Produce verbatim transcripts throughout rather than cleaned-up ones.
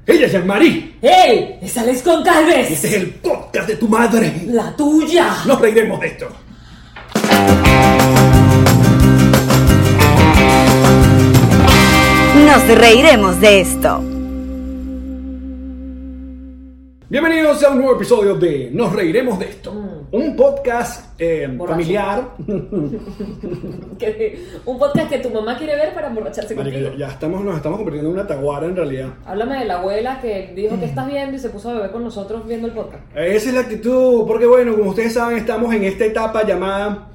Ella es Jean-Marie. ¡Hey! ¡Es Alex Goncalves! Este es el podcast de tu madre. ¡La tuya! Nos reiremos de esto. Nos reiremos de esto. Bienvenidos a un nuevo episodio de Nos reiremos de esto. Mm. Un podcast eh, familiar. Que- un podcast que tu mamá quiere ver para emborracharse Marica, contigo. ya, ya estamos, nos estamos convirtiendo en una taguara en realidad. Háblame de la abuela que dijo que estás viendo y se puso a beber con nosotros viendo el podcast. Esa es la actitud, porque bueno, como ustedes saben, estamos en esta etapa llamada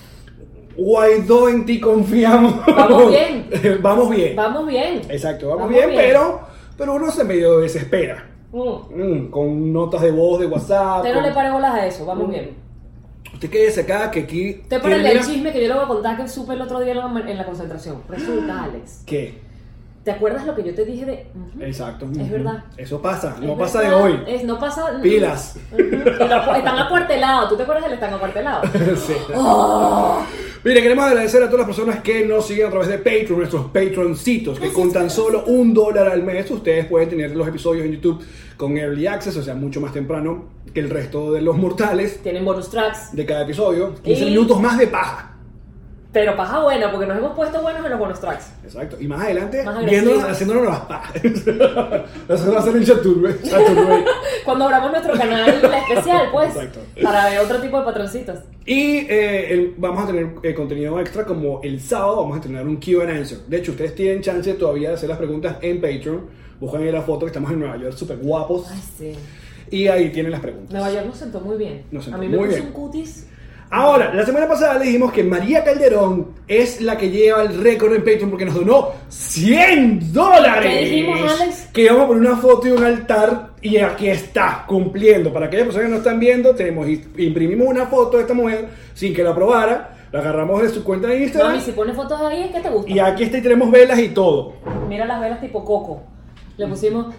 Guaidó, en ti confiamos. Vamos bien. Vamos bien. Vamos bien. Exacto, vamos, Vamos bien, bien. pero, pero uno se medio desespera. Mm. Mm, con notas de voz de WhatsApp. Usted no con- le pare bolas a eso, vamos Mm. bien. Usted quédese acá, que aquí. Usted para el termina- chisme que yo le voy a contar que supe el otro día en la- en la concentración. Resulta, Alex. ¿Qué? ¿Te acuerdas lo que yo te dije de.? Ujú. Exacto. Es Ujú. verdad. Eso pasa, Es no pasa verdad, de hoy. Es, no pasa. Pilas. Ujú. Y lo- Están acuartelados. ¿Tú te acuerdas del están acuartelados? Sí. Oh. Mire, queremos agradecer a todas las personas que nos siguen a través de Patreon, nuestros Patroncitos, que con tan solo un dólar al mes ustedes pueden tener los episodios en YouTube con Early Access, o sea, mucho más temprano que el resto de los mortales Tienen bonus tracks. de cada episodio. quince Y- minutos más de paja. Pero paja buena, porque nos hemos puesto buenos en los bonus tracks. Exacto. Y más adelante, Más viéndonos, agresivos. haciéndonos las pajas. Eso va a ser en Chaturbe. Chaturbe. Cuando abramos nuestro canal especial, pues. Exacto. Para ver otro tipo de patroncitos. Y eh, el- vamos a tener eh, contenido extra como el sábado vamos a tener un Q and Answer. De hecho, ustedes tienen chance todavía de hacer las preguntas en Patreon. Buscan ahí la foto que estamos en Nueva York, súper guapos. Ay, sí. Y ahí tienen las preguntas. Nueva York nos sentó muy bien. Nos sentó A mí me muy puso bien. un cutis. Ahora, la semana pasada le dijimos que María Calderón es la que lleva el récord en Patreon porque nos donó cien dólares. ¿Qué dijimos, Alex? Que íbamos a poner una foto y un altar y aquí está, cumpliendo. Para aquellas personas que no están viendo, tenemos, imprimimos una foto de esta mujer sin que la probara, la agarramos de su cuenta de Instagram Mami, si pones fotos ahí es que te gusta. y aquí está y tenemos velas y todo. Mira las velas tipo coco. Le pusimos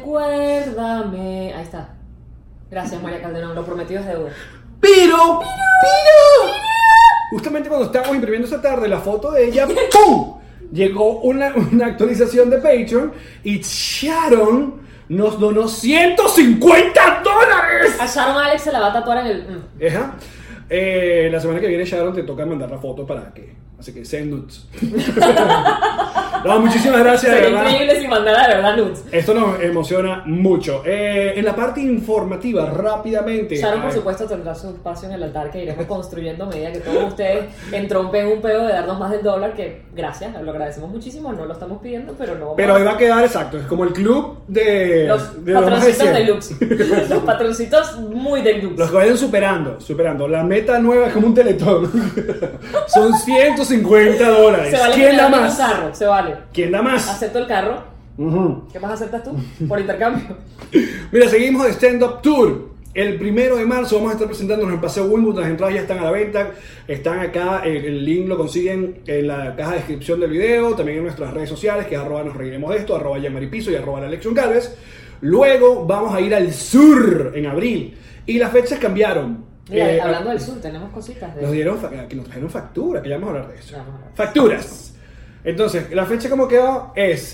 recuérdame. Ahí está. Gracias, María Calderón. Lo prometido es deuda. Pero, pero, justamente cuando estábamos imprimiendo esa tarde la foto de ella, ¡pum! Llegó una, una actualización de Patreon y Sharon nos donó ciento cincuenta dólares. A Sharon Alex se la va a tatuar en el. mm. Ajá. Eh, la semana que viene, Sharon, te toca mandar la foto para que. Así que send nudes. No, muchísimas gracias, de Sería verdad. increíble si mandara de verdad nudes. Esto nos emociona mucho. Eh, en la parte informativa, rápidamente. Sharon, por Ay, supuesto, tendrá su espacio en el altar que iremos construyendo a medida que todos ustedes entrompen un pedo de darnos más del dólar, que gracias, lo agradecemos muchísimo, no lo estamos pidiendo, pero no vamos Pero a- ahí va a quedar exacto. Es como el club de Los de los más patroncitos de cien. deluxe. Los patroncitos muy deluxe. Los que vayan superando, superando. La meta nueva es como un teletón. Son ciento cincuenta dólares. Se vale que ¿Quién me da den un más? carro, se vale. ¿Quién da más? Acepto el carro. Ujú. ¿Qué más aceptas tú? Por intercambio. Mira, seguimos de Stand Up Tour. El primero de marzo vamos a estar presentándonos en el Paseo Wimbledon. Las entradas ya están a la venta. Están acá. El, el link lo consiguen en la caja de descripción del video. También en nuestras redes sociales, que es arroba nos reiremos de esto, arroba Yamaripiso y arroba la Lección Calves. Luego vamos a ir al sur en abril. Y las fechas cambiaron. Mira, Eh, hablando del sur, tenemos cositas de. Nos dieron, fa- que nos trajeron factura, que ya vamos a hablar de eso. Ya vamos a hablar. Facturas. Entonces, la fecha como quedó es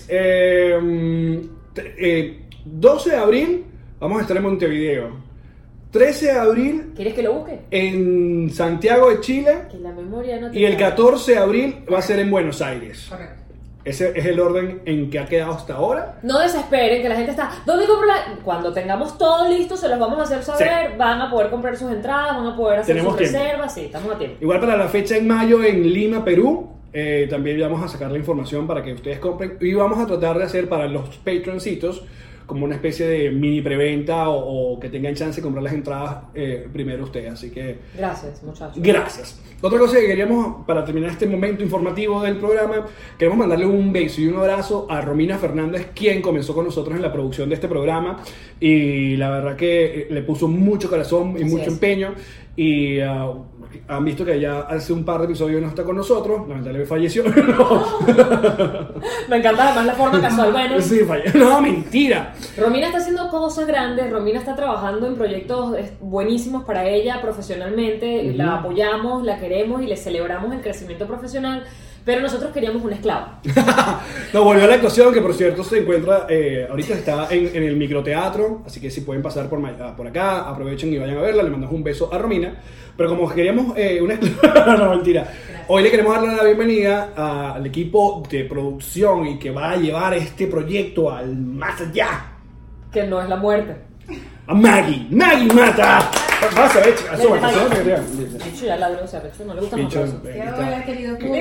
eh, t- eh, doce de abril, vamos a estar en Montevideo. trece de abril ¿Quieres que lo busque? en Santiago de Chile. Que la memoria no te Y el falla. catorce de abril va a ser en Buenos Aires. Correcto. Ese es el orden en que ha quedado hasta ahora. No desesperen, que la gente está. ¿Dónde compro la.? Cuando tengamos todo listo, se los vamos a hacer saber. Van a poder comprar sus entradas, van a poder hacer Tenemos sus tiempo. reservas. Sí, estamos a tiempo. Igual para la fecha en mayo en Lima, Perú, eh, también vamos a sacar la información para que ustedes compren. Y vamos a tratar de hacer para los Patroncitos como una especie de mini preventa o, o que tengan chance de comprar las entradas eh, primero ustedes. Así que Gracias, muchachos. gracias. Otra cosa que queríamos, para terminar este momento informativo del programa, queremos mandarle un beso y un abrazo a Romina Fernández, quien comenzó con nosotros en la producción de este programa y la verdad que eh, le puso mucho corazón y Así mucho es. empeño y uh, han visto que ya hace un par de episodios no está con nosotros, lamentablemente falleció. No. Me encanta además la forma casual. Bueno, Sí, falleció. No, mentira. Romina está haciendo cosas grandes, Romina está trabajando en proyectos eh, buenísimos para ella profesionalmente, Ujú. la apoyamos, la queremos y le celebramos el crecimiento profesional, Pero nosotros queríamos un esclavo. Nos volvió a la actuación, que por cierto se encuentra, eh, ahorita está en, en el microteatro, así que si pueden pasar por, por acá, aprovechen y vayan a verla. Le mandamos un beso a Romina. Pero como queríamos eh, una esclava, no, mentira. Gracias. Hoy le queremos darle la bienvenida a, al equipo de producción y que va a llevar este proyecto al más allá. Que no es la muerte. A Maggie. Maggie Mata. Pasa, ve, asómate, asómate. Picho ya ladró, o sea, Picho no le gusta Picho, mucho. Qué hola, querido público.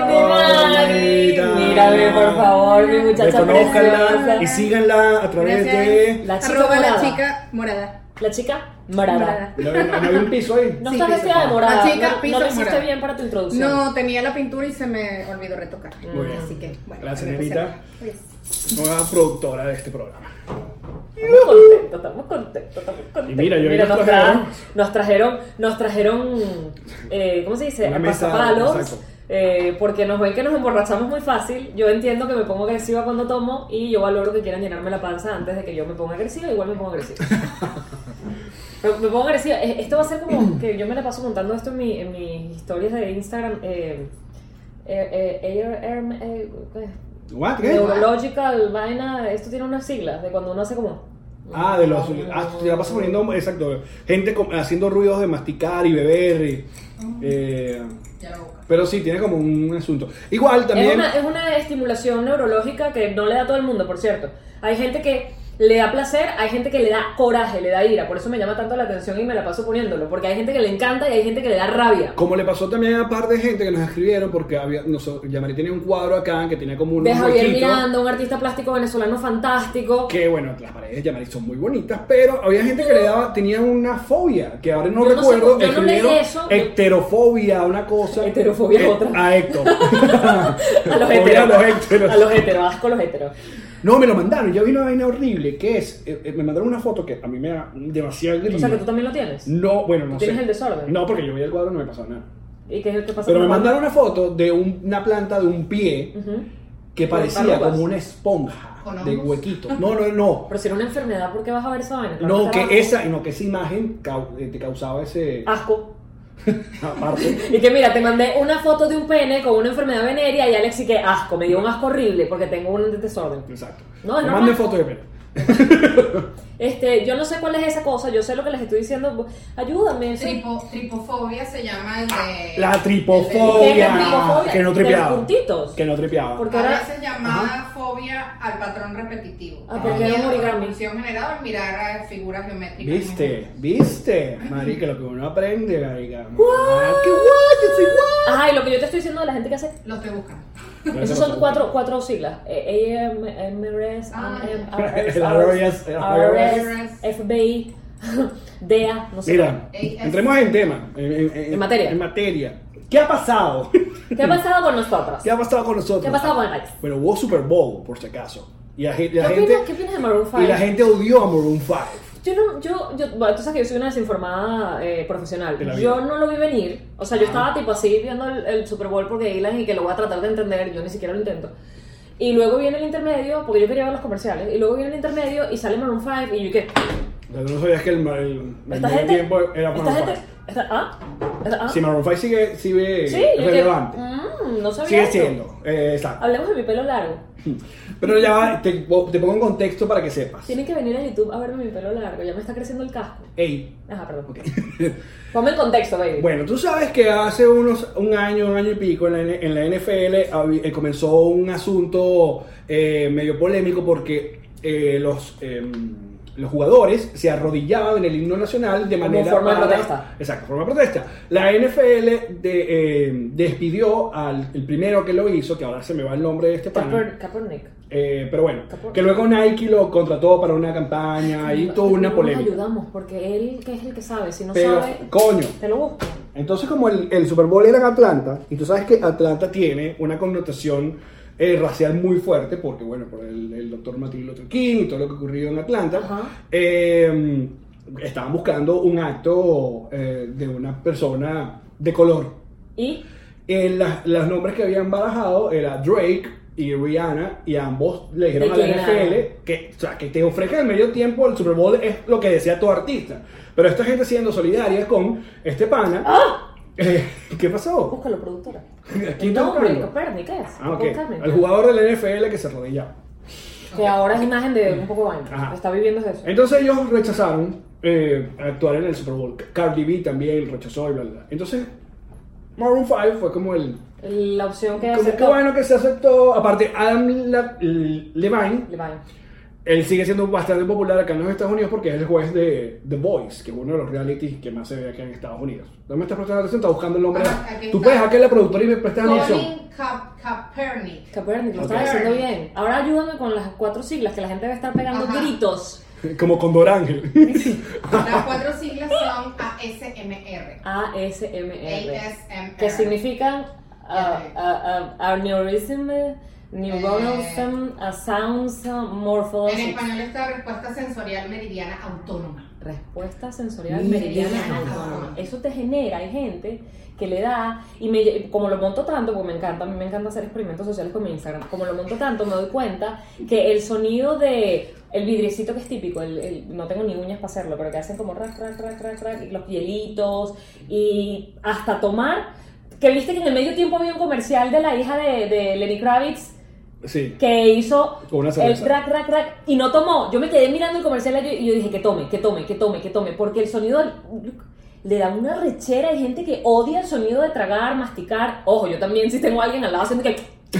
Mírame, por favor, mi muchacha preciosa. Y síganla a través Gracias. de... La chica Arroba morada. la chica morada. La chica morada. ¿No, no, no hay un piso ahí? No Sí, estás piso. vestida de morada. La chica, no, piso no lo hiciste morada. bien para tu introducción. No, tenía la pintura y se me olvidó retocar. Muy bien. Así que, bueno. Gracias, me puse nenita. a- Pues, Nueva productora de este programa. Estamos contentos, estamos contentos, estamos contentos. Y mira, yo Mira, nos nos, trajeron- tra- nos trajeron, nos trajeron, eh, ¿cómo se dice? Una mesa, Pasapalos, exacto. eh, porque nos ven que nos emborrachamos muy fácil. Yo entiendo que me pongo agresiva cuando tomo y yo valoro que quieran llenarme la panza antes de que yo me ponga agresiva. Igual me pongo agresiva. Pero me pongo agresiva. Eh, Esto va a ser como que yo me la paso montando esto en, mi, en mis historias de Instagram. Eh, eh, eh, air- air- eh, ¿qué? ¿What? ¿Qué? Neurological, vaina, esto tiene unas siglas de cuando uno hace como. Ah, de los... Ah, te la pasas poniendo... Exacto. Gente com- haciendo ruidos de masticar y beber y... Eh, ya la boca. pero sí, tiene como un asunto. Igual también... Es una, es una estimulación neurológica que no le da a todo el mundo, por cierto. Hay gente que le da placer, hay gente que le da coraje, le da ira. Por eso me llama tanto la atención y me la paso poniéndolo. Porque hay gente que le encanta y hay gente que le da rabia. Como le pasó también a par de gente que nos escribieron, porque había, nosotros, Yamari tenía un cuadro acá que tenía como un De Javier huequito, Miranda, un artista plástico venezolano fantástico. que bueno, las paredes de Yamari son muy bonitas, pero había gente que le daba, tenía una fobia, que ahora no Yo no sé, recuerdo, yo no leí escribieron eso, yo- heterofobia, una cosa. Heterofobia es Eh, otra. A Héctor. A los Fobia heteros. a los héteros. A los heteros, asco a los heteros. No, me lo mandaron, yo vi una vaina horrible, que es, eh, eh, me mandaron una foto que a mí me da demasiado grima. O sea que tú también lo tienes. No, bueno, no ¿Tú sé. tienes el desorden? No, porque yo vi el cuadro y no me pasó nada. ¿Y qué es el que pasa? Pero me con- mandaron una foto de un- una planta de un pie Ujú. que Con parecía arrugas. como una esponja ¿Con de hongos? huequitos. No, no, no. Pero si era una enfermedad, ¿por qué vas a ver esa vaina? Claro No, te que da asco. esa, no, que esa imagen cau- eh, te causaba ese... Asco. Aparte. Y que mira, te mandé una foto de un pene con una enfermedad venérea y Alex y que asco, me dio un asco horrible porque tengo un desorden. Exacto. No, es Me normal. manden fotos de pelo. Este, yo no sé cuál es esa cosa, yo sé lo que les estoy diciendo. Ayúdame. eso. Tripo, tripofobia se llama el de... La el de- tripofobia. ¿Qué es la tripofobia? Que no De tripeaba. los puntitos. Que no tripeaba. Porque A ahora. veces llamada fobia al patrón repetitivo. Ah, porque Miedo era un o origami. repulsión generada al mirar a figuras geométricas. ¿Viste? ¿Viste? Marica, lo que uno aprende, marica. Ah, ¡qué guay! ¡Yo soy guay! Ajá, y lo que yo te estoy diciendo de la gente que hace. Lo estoy buscando. Esos son cuatro, cuatro siglas. Eh, A M, M R S, Ah, M el R S, I R S, R S, F B I, D E A, no sé. Mira, entremos en tema. En, en- En materia. En materia. ¿Qué ha pasado? ¿Qué ha pasado con nosotros? ¿Qué ha pasado con nosotros? ¿Qué ha pasado con el país? Bueno, hubo Super Bowl, por si acaso. Y la, gen- ¿Qué la gente, opinas, ¿Qué opinas de Maroon cinco? y la gente odió a Maroon cinco. Yo no, yo, yo, bueno, tú sabes que yo soy una desinformada eh, profesional. De la vida. Yo no lo vi venir. O sea, yo estaba tipo así viendo el, el Super Bowl por Gaylan y que lo voy a tratar de entender. Yo ni siquiera lo intento. Y luego viene el intermedio, porque yo quería ver los comerciales. Y luego viene el intermedio y sale Maroon cinco y yo ¿qué? O sea, tú no sabías que el, el, el Esta medio gente, tiempo era esta Maroon gente, cinco. esta, ¿ah? Esta, ¿ah? Si Maroon cinco sigue, sigue Sí, yo que, relevante. mm, no sabía Sigue esto. siendo. Eh, exacto. Hablemos de mi pelo largo. Pero ya va, te, te pongo en contexto para que sepas. Tienen que venir a YouTube a verme mi pelo largo. Ya me está creciendo el casco. Ey. Ajá, perdón. Ok. Ponme en contexto, baby. Bueno, tú sabes que hace unos un año, un año y pico en la, N- en la N F L habi- eh, comenzó un asunto eh, medio polémico porque eh, los, eh, los jugadores se arrodillaban en el himno nacional de Como manera forma de para- protesta. Exacto, forma de protesta. La N F L de, eh, despidió al el primero que lo hizo, que ahora se me va el nombre de este pana. Kaeper- Kaepernick. Eh, pero bueno, Capor- que luego Nike lo contrató para una campaña y tuvo una No polémica. Nos ayudamos porque él, que es el que sabe, si no Pero, sabe, coño, te lo busco. entonces como el, el Super Bowl era en Atlanta, y tú sabes que Atlanta tiene una connotación eh, racial muy fuerte, porque bueno, por el, el doctor Martin Luther King y todo lo que ocurrió en Atlanta, Ajá. eh, estaban buscando un acto eh, de una persona de color. Y Eh, las- los nombres que habían barajado era Drake y Rihanna, y ambos le dijeron ¿De a la quién N F L era? que, o sea, que te ofrezcan el medio tiempo el Super Bowl es lo que desea tu artista. Pero esta gente siendo solidaria con este pana, ¡ah! Eh, ¿Qué pasó? Búscalo, productora. ¿Quién está nombre, buscando? Copernic, ¿qué es? Ah, ok. Copernic. El jugador del N F L que se arrodillaba. Que ahora es imagen de un poco de vaina. Ajá. Está viviendo de eso. Entonces ellos rechazaron eh, actuar en el Super Bowl. Cardi B también rechazó y bla, bla, bla. Entonces, Maroon cinco fue como el... La opción que Como que aceptó. bueno que se aceptó. Aparte, Adam La- Levine, Levine. él sigue siendo bastante popular acá en los Estados Unidos porque es el juez de The Voice, que es uno de los realities que más se ve acá en Estados Unidos. No me estás prestando atención, está buscando el nombre. Ajá, aquí Tú está. puedes acá la productora y me prestas atención. Colin Cap- Kaepernick. Copernic, lo Ok. estaba diciendo bien. Ahora ayúdame con las cuatro siglas que la gente debe estar pegando Ajá. gritos. Como Condor Ángel. Las cuatro siglas son A S M R. A S M R. A S M R. Que significan uh, uh, uh, aneurysm, neuronal uh, sounds, uh, En morphology. español está respuesta sensorial meridiana autónoma. Respuesta sensorial Meridiana meridiana autónoma. autónoma. Eso te genera, hay gente que le da, y me, como lo monto tanto, porque me encanta, a mí me encanta hacer experimentos sociales con mi Instagram, como lo monto tanto, me doy cuenta que el sonido de el vidriecito que es típico, el, el- no tengo ni uñas para hacerlo, pero que hacen como rac, rac, rac, rac, rac, y los hielitos, y hasta tomar, que viste que en el medio tiempo había un comercial de la hija de, de Lenny Kravitz, Sí. que hizo Con una el cerveza. rack, rack, rack y no tomó. Yo me quedé mirando el comercial y yo dije que tome, que tome, que tome, que tome, porque el sonido le da una rechera. Hay gente que odia el sonido de tragar, masticar. Ojo, yo también si tengo a alguien al lado haciendo que...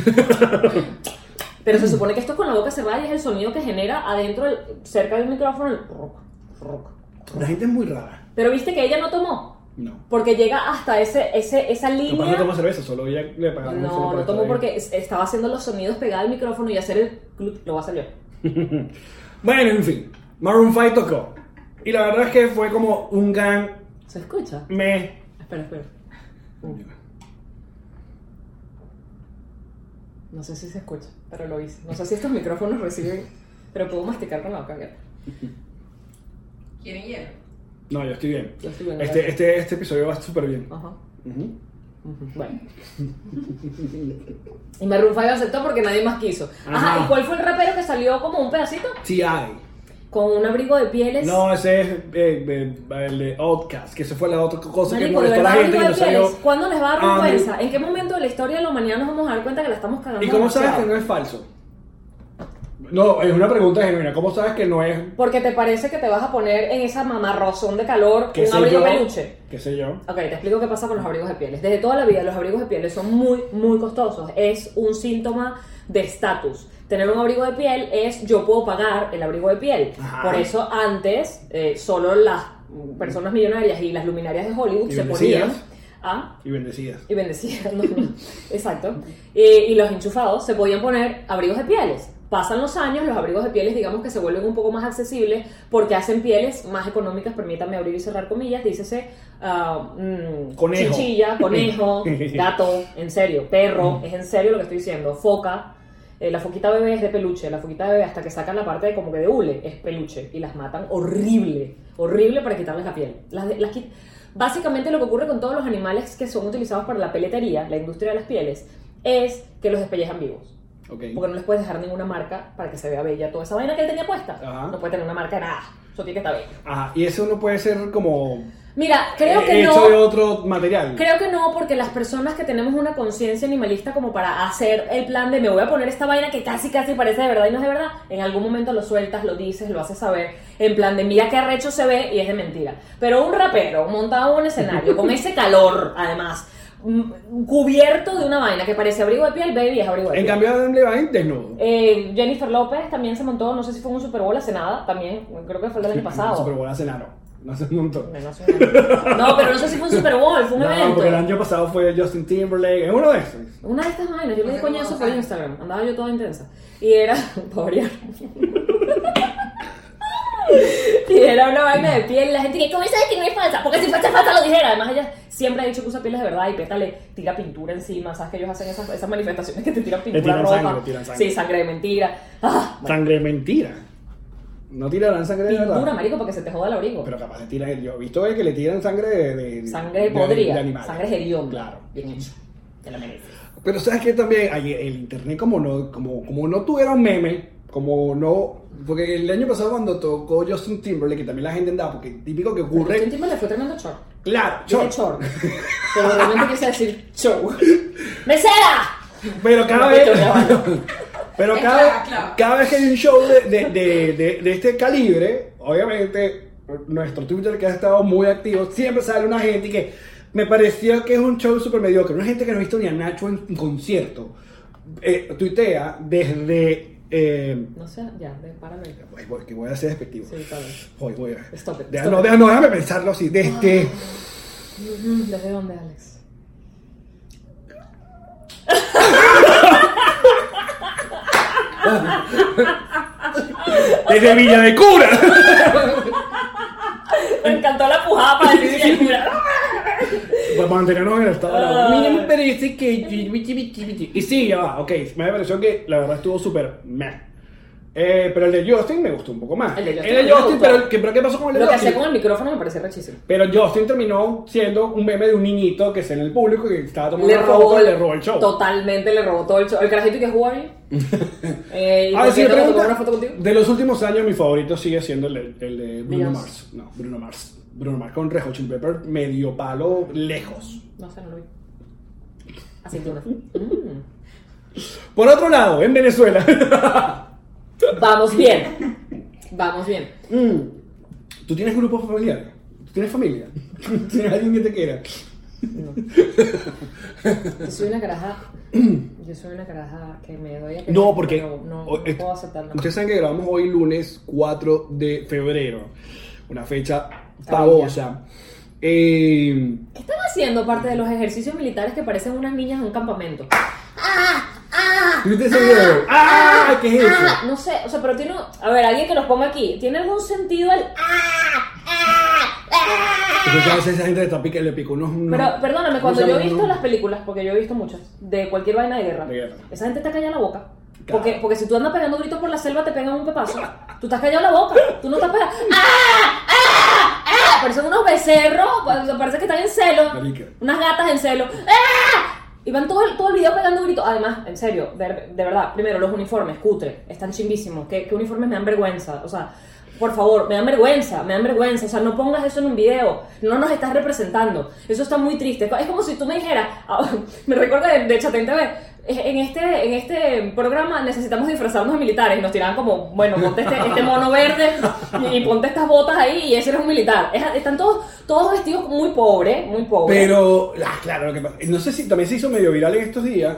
Pero se supone que esto es con la boca cerrada y es el sonido que genera adentro, del- cerca del micrófono, el rock, rock. La gente es muy rara. Pero viste que ella no tomó, No. porque llega hasta ese, ese, esa Capaz no línea... toma cerveza, solo ella le pagaron. solo No, por no estar tomó ahí. porque es- estaba haciendo los sonidos pegados al micrófono y hacer el... cluc, lo va a salir. Bueno, en fin. Maroon cinco tocó. Y la verdad es que fue como un gran ¿Se escucha? me. Espera, espera. No sé si se escucha, pero lo hice. No sé si estos micrófonos reciben, pero puedo masticar con la boca abierta. ¿Quieren hielo? No, yo estoy bien. Yo estoy bien, Este, gracias. este, este episodio va súper bien. Ajá. Ujú. Ujú, bueno. Y Maroon cinco aceptó porque nadie más quiso. Ajá, Ajá. ¿y cuál fue el rapero que salió como un pedacito? T I Con un abrigo de pieles. No, ese es eh, eh, el de Outcast, que esa fue la otra cosa que Marico, de molestó a la verdad, gente abrigo que de no pieles. salió. ¿Cuándo les va a dar Ah, vergüenza? ¿En qué momento de la historia de la humanidad nos vamos a dar cuenta que la estamos cagando? ¿Y cómo sabes que demasiado? no es falso? No, es una pregunta genuina. ¿Cómo sabes que no es? Porque te parece que te vas a poner en esa mamarrozón de calor ¿Qué un sé abrigo yo? peluche. ¿Qué sé yo? Ok, te explico qué pasa con los abrigos de pieles. Desde toda la vida los abrigos de pieles son muy, muy costosos. Es un síntoma de estatus. Tener un abrigo de piel es yo puedo pagar el abrigo de piel. Ajá. Por eso antes eh, solo las personas millonarias y las luminarias de Hollywood Y se bendecidas. ponían a... Y bendecidas. Y bendecidas, no, no, exacto. Y, y los enchufados se podían poner abrigos de pieles. Pasan los años, los abrigos de pieles digamos que se vuelven un poco más accesibles porque hacen pieles más económicas, permítanme abrir y cerrar comillas, dícese ah, mm, Conejo. chinchilla, conejo, gato, en serio, perro, es en serio lo que estoy diciendo, foca. Eh, la foquita bebé es de peluche, la foquita bebé hasta que sacan la parte de como que de hule es peluche y las matan horrible, horrible para quitarles la piel. Las, las quit- Básicamente lo que ocurre con todos los animales que son utilizados para la peletería, la industria de las pieles, es que los despellejan vivos. Ok. Porque no les puedes dejar ninguna marca para que se vea bella toda esa vaina que él tenía puesta. Ajá. No puede tener una marca de nada, eso tiene que estar bello. Ajá. Y eso no puede ser como Mira, creo eh, que hecho no. de otro material. Creo que no, porque las personas que tenemos una conciencia animalista como para hacer el plan de me voy a poner esta vaina que casi casi parece de verdad y no es de verdad, en algún momento lo sueltas, lo dices, lo haces saber, en plan de mira qué arrecho se ve y es de mentira. Pero un rapero montado en un escenario con ese calor, además, mm, cubierto de una vaina que parece abrigo de piel, baby, es abrigo de En piel. cambio, Adam Levine desnudo. Eh, Jennifer López también se montó, no sé si fue en un Super Bowl hace nada, también, creo que fue el del año pasado. Super Bowl hace nada, no. No hace un montón. No, no sé. No, pero no sé si fue un Super Bowl, fue un No, evento. porque el año pasado fue Justin Timberlake. Es uno de esos. Una de estas vainas, yo le di Hace coñazo como por dos Instagram, andaba yo toda intensa. Y era, para variar. Y era una vaina de piel, la gente que, ¿cómo sabes que no es falsa? Porque si fuese falsa lo dijera. Además, ella siempre ha dicho que usa pieles de verdad y Peta le tira pintura encima. ¿Sabes que ellos hacen esas, esas manifestaciones que te tiran pintura tiran roja? sangre, tiran sangre. Sí, sangre de mentira. Ah, bueno, Sangre de mentira. No tirarán sangre de pintura, verdad. marico, para que se te joda el abrigo. Pero capaz de tirar. Yo he visto que le tiran sangre de. de Sangre de- podrida, de animales. sangre hedionda. Claro. Bien hecho. Te la mereces. Pero sabes que también hay- el internet como no, como, como no tuviera un meme, como no, porque el año pasado cuando tocó Justin Timberlake, que también la gente andaba, porque típico que ocurre. Justin Timberlake fue tremendo short. Claro, Short. short. Pero realmente quise decir show. ¡Mesera! Pero cada No, vez. no. Pero Es cada, claro, claro. cada vez que hay un show de, de, de, de, de este calibre, obviamente nuestro Twitter, que ha estado muy activo, siempre sale una gente que me pareció que es un show súper mediocre. Una gente que no ha visto ni a Nacho en, en concierto. Eh, tuitea desde. Eh, No sé, ya, de, párame. voy, voy, que voy a ser despectivo. Sí, está bien. Voy, voy a. Stop it, Deja- stop no, it. deja- no, déjame pensarlo así. Desde. Mm, ¿Desde dónde, Alex? Desde Villa de Cura. Me encantó la pujada para decir que cura. Para mantenernos en el estado de la Ah. Mira, me parece que. Y sí, ya va, ok. Me pareció que la verdad estuvo súper meh. Eh, pero el de Justin me gustó un poco más. El de Justin El de me Justin, gustó. pero, ¿qué- pero ¿qué pasó con el de Lo que Justin? hacía con el micrófono me pareció rechísimo. Pero Justin terminó siendo un meme de un niñito que está en el público que estaba tomando Le una robó, foto y el, le robó el show. Totalmente le robó todo el show. El carajito que jugó ahí. eh, y Ah, por sí, qué no pregunta, tomó una foto contigo. de los últimos años mi favorito sigue siendo el de, el de Bruno Dios. Mars. No, Bruno Mars. Bruno Mars con Red Hot Chili Pepper medio palo lejos. No sé, no lo vi. Aceitunas. Mm. Por otro lado, en Venezuela. Vamos bien. Vamos bien. Mm. ¿Tú tienes grupos familiares? ¿Tú tienes familia? ¿Tienes alguien que te quiera? Yo soy una caraja. Yo soy una caraja que me doy a querer, No, porque pero no, o- no eh, puedo aceptar nada. ustedes saben que grabamos hoy lunes cuatro de febrero. Una fecha pavosa. Eh, ¿Qué están haciendo parte de los ejercicios militares que parecen unas niñas en un campamento? ¿Viste ese video? ¡Ah! ¿Qué es eso? Ah, no sé, o sea, pero tiene. A ver, alguien que nos ponga aquí. ¿Tiene algún sentido el. Porque a veces esa gente le, está pica- le picó unos. unos- Pero perdóname, cuando unos- yo he visto unos- las películas, porque yo he visto muchas, de cualquier vaina de guerra, De guerra. esa gente está callada la boca. Claro. Porque, porque si tú andas pegando gritos por la selva, te pegan un pepazo. Tú estás callado la boca. Tú no estás pegando. ¡Ah! ¡Ah! ¡Ah! Parecen unos becerros. Parece que están en celo. Marica. Unas gatas en celo. ¡Ah! Y van todo el, todo el video pegando gritos. Además, en serio, de, de verdad, primero, los uniformes, cutre, están chimbísimos. ¿Qué, qué uniformes me dan vergüenza? O sea, por favor, me dan vergüenza, me dan vergüenza. O sea, no pongas eso en un video. No nos estás representando. Eso está muy triste. Es como si tú me dijeras, ah, me recuerda de, de Chatén T V, en este, en este programa necesitamos disfrazarnos de militares. Y nos tiraban como, bueno, ponte este, este mono verde y, y ponte estas botas ahí y ese eres un militar. Es- están todos, todos vestidos muy pobres, muy pobres. Pero, ah, claro, lo que pasa. No sé si también se hizo medio viral en estos días.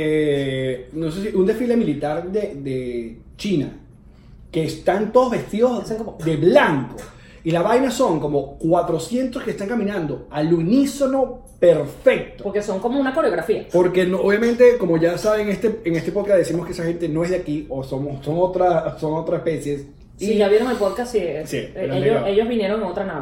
eh, no sé si un desfile militar de, de China. Que están todos vestidos Hacen como- de blanco. Y la vaina son como cuatrocientos que están caminando al unísono perfecto. Porque son como una coreografía. Porque no- obviamente, como ya saben, este, en este podcast decimos que esa gente no es de aquí o somos, son otra, son otra especies. Si Y, ya vieron el podcast, sí. Sí, eh, pero ellos, negro. ellos vinieron en otra nave.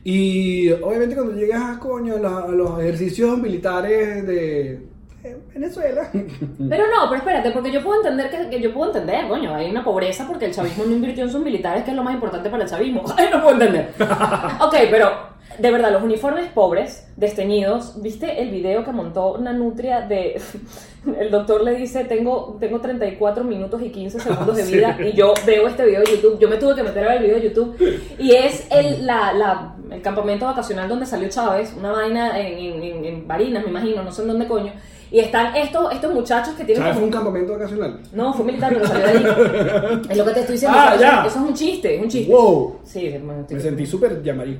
y obviamente cuando llegas a, coño, a, la- a los ejercicios militares de eh, Venezuela. Pero no, pero espérate, porque yo puedo entender que, que yo puedo entender, coño, hay una pobreza porque el chavismo no invirtió en sus militares, que es lo más importante para el chavismo. Ay, no puedo entender. Ok, pero de verdad, los uniformes pobres, desteñidos, ¿viste el video que montó una nutria de... El doctor le dice, tengo, tengo treinta y cuatro minutos y quince segundos de vida, y yo veo este video de YouTube, yo me tuve que meter a ver el video de YouTube, y es el, la, la, el campamento vacacional donde salió Chávez, una vaina en, en, en, en Barinas, me imagino, no sé en dónde coño, y están estos, estos muchachos que tienen... ¿Sabes? Fue como- un campamento vacacional. No, fue militar, pero salió de ahí. Es lo que te estoy diciendo. Ah, eso, ya. eso es un chiste, es un chiste. Wow. Sí, hermano, estoy- Me sentí súper llamarí.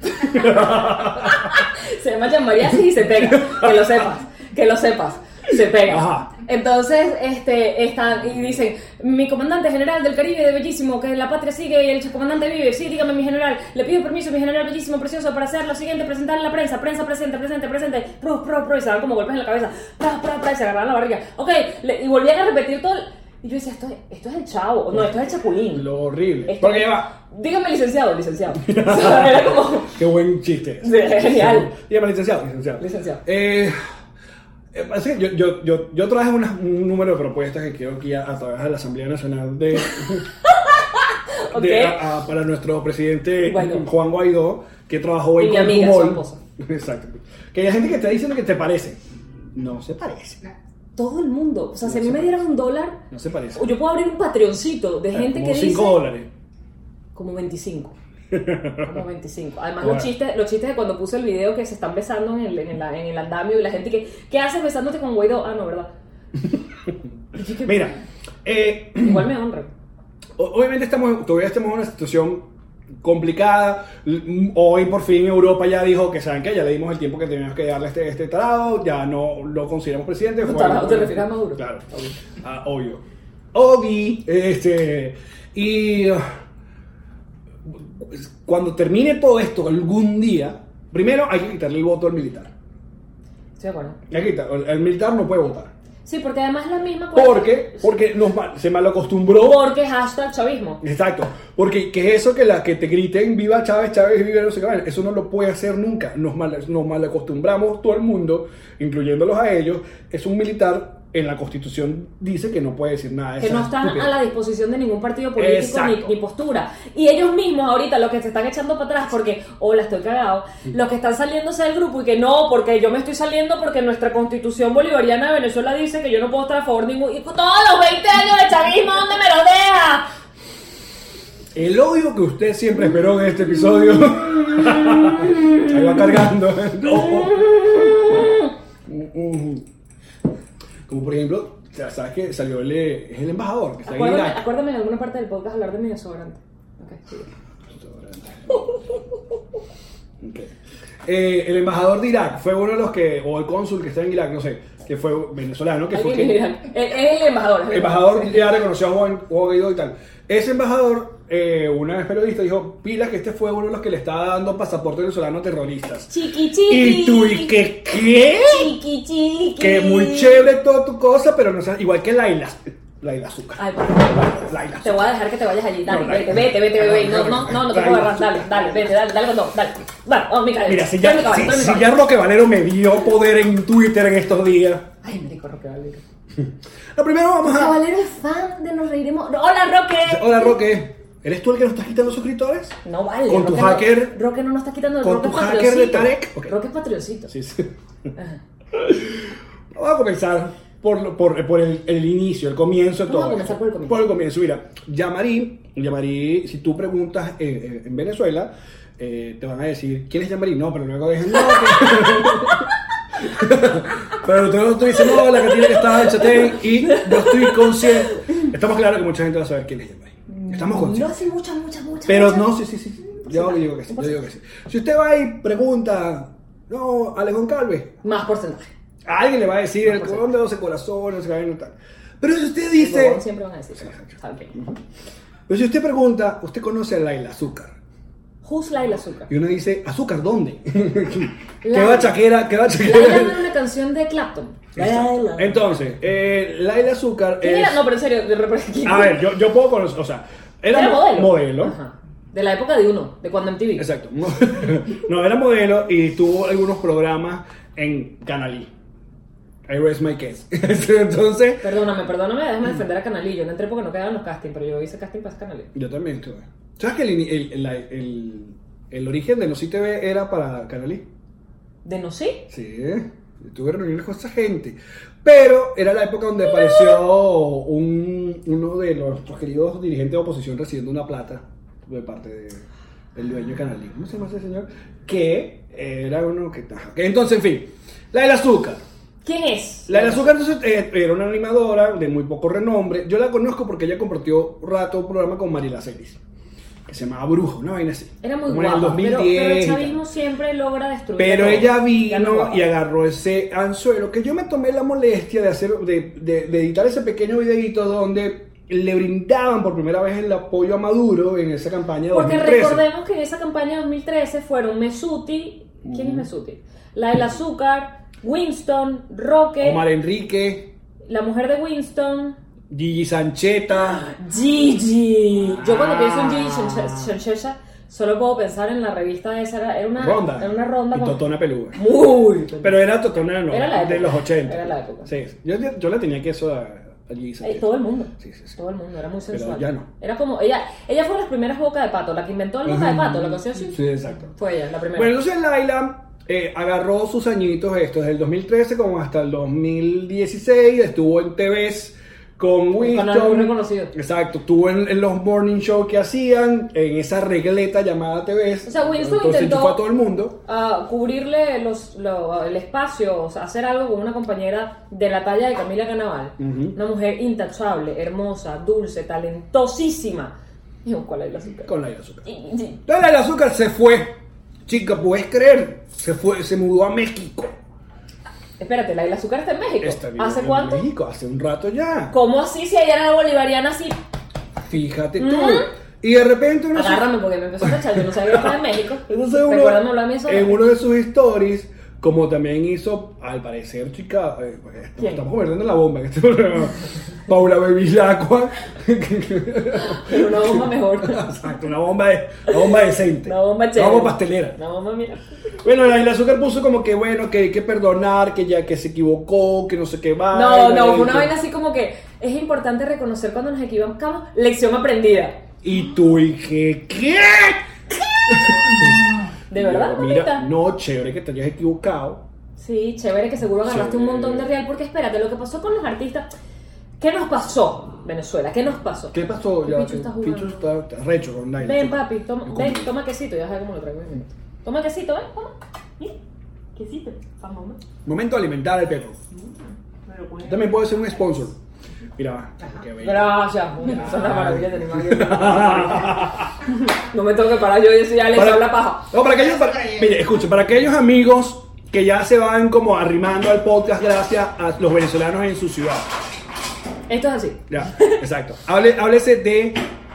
Se llama Jean-Marie así y se pega. Que lo sepas, que lo sepas. Se pega. Ajá. Entonces, este, están y dicen, mi comandante general del Caribe de bellísimo, que la patria sigue y el comandante vive. Sí, dígame, mi general, le pido permiso, mi general bellísimo, precioso, para hacer lo siguiente, presentar en la prensa, prensa presente, presente, presente, pro, pro, pro, y se dan como golpes en la cabeza, pra, pra, pra, y se agarran la barriga. Ok, le- y volvían a repetir todo el- y yo decía, esto, es- esto es el Chavo, no, esto es el Chapulín. Lo horrible. Esto- Porque ya va. Dígame licenciado, licenciado. O sea, era como, Qué buen chiste. Sí, genial. Dígame, licenciado, licenciado. Licenciado. Eh, eh, así que yo, yo, yo, yo traje una- un número de propuestas que quiero aquí a, a través de la Asamblea Nacional de, Ok. de- a- a- para nuestro presidente Guaidó. Juan Guaidó, que trabajó Y en mi amiga, Conjumol. su esposa. Exacto. Que hay gente que está diciendo que te parece. No se parece. Todo el mundo. O sea, No si a mí se me parece. dieran un dólar, No se parece. yo puedo abrir un Patreoncito de gente Como que dice... cinco dólares. Como veinticinco. Como veinticinco. Además, Bueno. los chistes, los chistes de cuando puse el video que se están besando en el, en el, en el andamio y la gente que, ¿qué haces besándote con Guaidó? Ah, no, ¿verdad? Y yo que- Mira, eh, Igual me honra. o- obviamente estamos, todavía estamos en una situación complicada. L- Hoy por fin Europa ya dijo que saben que ya le dimos el tiempo que teníamos que darle a este, este tarado, ya no lo consideramos presidente. Fue- Tarado, ¿te refieres a Maduro? Claro, Obvio. ah, obvio. Obvio. Este, y uh, cuando termine todo esto algún día, primero hay que quitarle el voto al militar. Estoy de acuerdo. Hay que quitar- el, el militar no puede votar. Sí, porque además la misma cosa... Porque, porque nos, mal- se malacostumbró. Porque hashtag chavismo. Exacto, porque ¿qué es eso que, la, que te griten viva Chávez, Chávez, viva no sé qué? Eso no lo puede hacer nunca. Nos mal, nos malacostumbramos todo el mundo, incluyéndolos a ellos. Es un militar, en la Constitución dice que no puede decir nada de Que esas no están estupideces. a la disposición de ningún partido político ni, Exacto. ni postura. Y ellos mismos ahorita, los que se están echando para atrás porque, hola, estoy cagado, los que están saliéndose del grupo y que no, porque yo me estoy saliendo porque nuestra constitución bolivariana de Venezuela dice que yo no puedo estar a favor de ningún... Y todos los veinte años de chavismo, ¿dónde me los deja? El odio que usted siempre esperó en este episodio. Ahí va cargando. Como por ejemplo, ya sabes que salió el, es el embajador que está en Acuérdame, Irak. acuérdame en alguna parte del podcast hablar de mi desodorante. Okay, sí. Ok. Eh, el embajador de Irak fue uno de los que, o el cónsul que está en Irak, no sé, que fue venezolano, que fue Alguien que, dirá, es es el embajador. es el el embajador ya reconoció a Juan Juan Guaidó y tal. Ese embajador, eh, una vez periodista, dijo, pila que este fue uno de los que le estaba dando pasaporte venezolano a terroristas. Chiqui chiqui. Y tú, ¿y qué qué? Chiqui chiqui. Que muy chévere toda tu cosa, pero no sé, igual que Laila. Laila Azúcar. Ay, por favor. Laila Te voy a dejar que te vayas allí. Dale, No, vete, dale. vete, vete, No, bebé. no, No, no, no, no te dale. puedo agarrar. Dale, dale, vete, dale, dale con todo. Dale. Dale, oh, mi cabeza. Mira, si ya, si, si ya Roque Valero me dio poder en Twitter en estos días. Ay, me dijo Roque Valero. Lo primero vamos Roque a... Valero es fan de Nos Reiremos. Hola, Roque. Hola, Roque. ¿Eres tú el que nos estás quitando suscriptores? No vale. Con tu Roque no- hacker- Roque no nos está quitando. con Roque tu es hacker de patrioncito. Tarek. Ok. Roque es patrioncito. Sí, sí. Ajá. Vamos a comenzar por, lo- por, por el, el inicio, el comienzo de Vamos todo. a comenzar esto. por el comienzo. Por el comienzo, mira. Yamari, Yamari, si tú preguntas eh, eh, en Venezuela, eh, te van a decir, ¿quién es Yamari? No, pero luego dejan, no, que- Pero tú, tú dices, no, la Catina que estaba en Chatén, y yo estoy consciente. Estamos claros que mucha gente va a saber quién es Yamari. Estamos No conscientes. hace muchas, muchas, muchas. Pero muchas. no, sí, sí, sí. Yo digo que sí, yo digo que sí. Si usted va y pregunta, no, Alejón Calves, Más porcentaje. a alguien le va a decir el por cordón de doce corazones, se y tal. Pero si usted Los dice, huevones siempre van a decir. ¿Saben qué? pero si usted pregunta, usted conoce a Laila Azúcar. Who's Laila Azúcar? Y uno dice, ¿Azúcar dónde? ¿Qué Laila. bachaquera? ¿Qué Laila no bachaquera? era una canción de Clapton. Laila. Entonces, eh, Laila Azúcar ¿Quién es... era? No, pero en serio, de repente. A ver, yo, yo puedo conocer, o sea, era, Era mo- modelo. modelo. Ajá. De la época de uno, de cuando M T V. Exacto. No, era modelo y tuvo algunos programas en Canalí. I rest my case. Entonces, Perdóname, perdóname, déjame defender a Canalí. Yo no entré porque no quedaban los castings, pero yo hice casting para ese Canalí. yo también estuve. ¿Sabes que el, el, el, el, el origen de No Si T V era para Canalí? ¿De no sé? Sí, tuve reuniones con esa gente. Pero era la época donde apareció un, uno de los, nuestros queridos dirigentes de oposición recibiendo una plata de parte de, del dueño de Canalí. ¿Cómo se llama ese señor? Que era uno que... ajá, que entonces, en fin, Laila Azúcar. ¿Quién es? Laila Azúcar entonces, eh, era una animadora de muy poco renombre. Yo la conozco porque ella compartió rato un programa con Mariela Celis, que se llamaba Brujo, una vaina así. Era muy Como en el guapa, pero, pero el dos mil diez y tal. chavismo siempre logra destruir. Pero todo. ella Ya no es vino guapa. y agarró ese anzuelo que yo me tomé la molestia de hacer, de, de, de editar ese pequeño videito donde le brindaban por primera vez el apoyo a Maduro en esa campaña de Porque dos mil trece. recordemos que en esa campaña de dos mil trece fueron Mesuti. ¿Quién es Mesuti? Laila Azúcar, Winston, Roque, Omar Enrique, la mujer de Winston, Gigi Sancheta. Gigi. Yo cuando Ah. pienso en Gigi Sanche- Sancheza, solo puedo pensar en la revista esa. Era, era una Ronda. Era una ronda Y con- Totona Peluda. Muy. Pero era Totona no, Era la de época. los ochenta. Era la época. Sí, yo, yo le tenía queso a, a Gigi Eh, Sancheta. todo el mundo. Sí, sí, sí. Todo el mundo, era muy Pero sensual. ya no. Era como, ella, ella fue las primeras boca de pato, la que inventó el boca de pato, la que hacía así. Sí, exacto. Fue ella, la primera. Bueno, entonces Laila eh, agarró sus añitos esto, desde el dos mil trece como hasta el dos mil dieciséis, estuvo en T Vs con Winston. Canal muy reconocido. Exacto, estuvo en, en los morning show que hacían, en esa regleta llamada T Vs. O sea, Winston entonces intentó enchufó a todo el mundo. uh, cubrirle los, lo- el espacio, o sea, hacer algo con una compañera de la talla de Camila Canaval. Ujú. Una mujer intachable, hermosa, dulce, talentosísima. Y buscó a Laila Azúcar. Con Laila Azúcar. Y- y- La Laila Azúcar se fue. Chica, ¿puedes creer? Se fue, se mudó a México. Espérate, Laila Azúcar está en México. Está viviendo ¿Hace en cuánto? México, hace un rato ya. ¿Cómo así si ella era bolivariana así? Fíjate tú. Ujú. Y de repente uno se- Agárrame porque me empezó a cachar, yo no sabía que estaba en México. Entonces uno, Recuérdame hablar a mí eso. en uno de sus stories, como también hizo, al parecer, chica, eh, pues, estamos, ¿Quién? estamos convirtiendo en la bomba. en este programa. Paula Bevilacqua. Pero una bomba mejor. Exacto, una bomba, de, una bomba decente. Una bomba Una chévere. bomba pastelera. Una bomba, mira. Bueno, la Laila Azúcar puso como que, bueno, que hay que perdonar, que ya que se equivocó, que no sé qué va. No, no, fue una vaina así como que es importante reconocer cuando nos equivocamos. Lección aprendida. Y tú, ¿y qué? ¿Qué? ¿De verdad, Mira, mamita? no, chévere que te hayas equivocado. Sí, chévere que seguro agarraste un Chévere. montón de real. Porque espérate, lo que pasó con los artistas. ¿Qué nos pasó, Venezuela? ¿Qué nos pasó? ¿Qué pasó? Ya, Pichu está jugando. Pichu está, está recho con Laila. Ven, papi, toma, ¿Cómo? ven, toma quesito, ya sabes cómo lo traigo. Ven. Toma quesito, ven, toma. Mira, quesito. Pa' mamá. Momento de alimentar al perro. Me lo pone. También puede ser un sponsor. Mira, qué bello. Gracias, esa es la maravilla de animal. No me tengo que parar yo y decir, Alex, Para- habla paja. No, para aquellos, para- mire, escuche, para aquellos amigos que ya se van como arrimando al podcast gracias a los venezolanos en su ciudad. Esto es así. Ya, exacto. Hable, háblese de.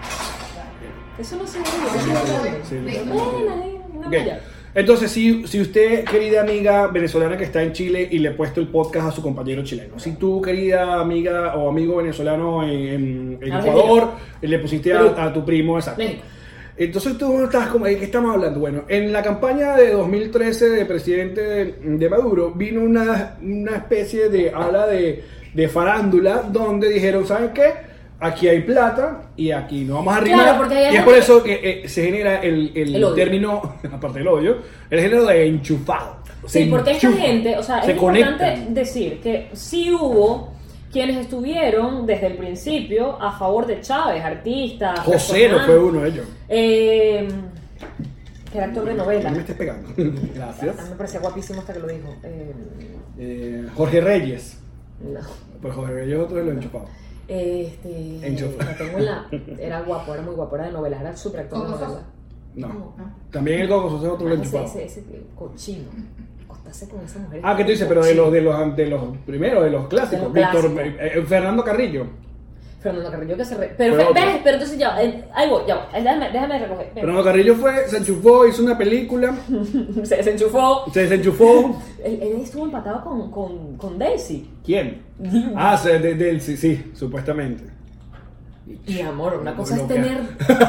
Eso no se ve. Eso no se ve. Sí. Bueno, ahí, una Ok. malla. Entonces, si, si usted, querida amiga venezolana que está en Chile y le ha puesto el podcast a su compañero chileno, si tú, querida amiga o amigo venezolano en, en- en Argentina. Ecuador, le pusiste Perú. a, a tu primo, exacto. México. Entonces tú estás como, ¿de qué estamos hablando? Bueno, en la campaña de dos mil trece de presidente de, de Maduro vino una, una especie de ala de, de farándula donde dijeron, ¿saben qué? Aquí hay plata y aquí no vamos a arrimar. Claro, porque hay y es algo por que- eso que eh, se genera el, el, El odio. término, aparte del odio, el género de enchufado. Se Sí, porque esta enchufan, gente, o sea, se es importante conectan. decir que sí hubo quienes estuvieron desde el principio a favor de Chávez, artistas. José no personajes. fue uno de ellos. Eh, que era actor de novela. No me estés pegando. A mí Gracias. me parecía guapísimo hasta que lo dijo. Eh, Eh, Jorge Reyes. no. Pues Jorge Reyes es otro de los enchufados. Este. Enchufado. Lo tengo en la. Era guapo, era muy guapo, era de novelas, era súper actor de ¿Cómo sos? novela. No. También el Coco Sosa es otro de los Ese, enchufados. ese, ese cochino. Acostarse con esa mujer. Ah, ¿qué tú dices? Pero de los, de los, de los primeros, de los clásicos. De los Víctor, clásicos. eh, eh, Fernando Carrillo. Fernando Carrillo que se re... Pero, Fue fe- otro. ves, pero entonces ya, eh, ahí voy, ya voy. Déjame, déjame recoger. Ven. Fernando Carrillo fue, se enchufó, hizo una película, Se desenchufó. se desenchufó. Él, él estuvo empatado con, con, con Daisy. ¿Quién? Ah, se- de, de él, sí, sí, supuestamente. Mi amor, una cosa es Loca. tener.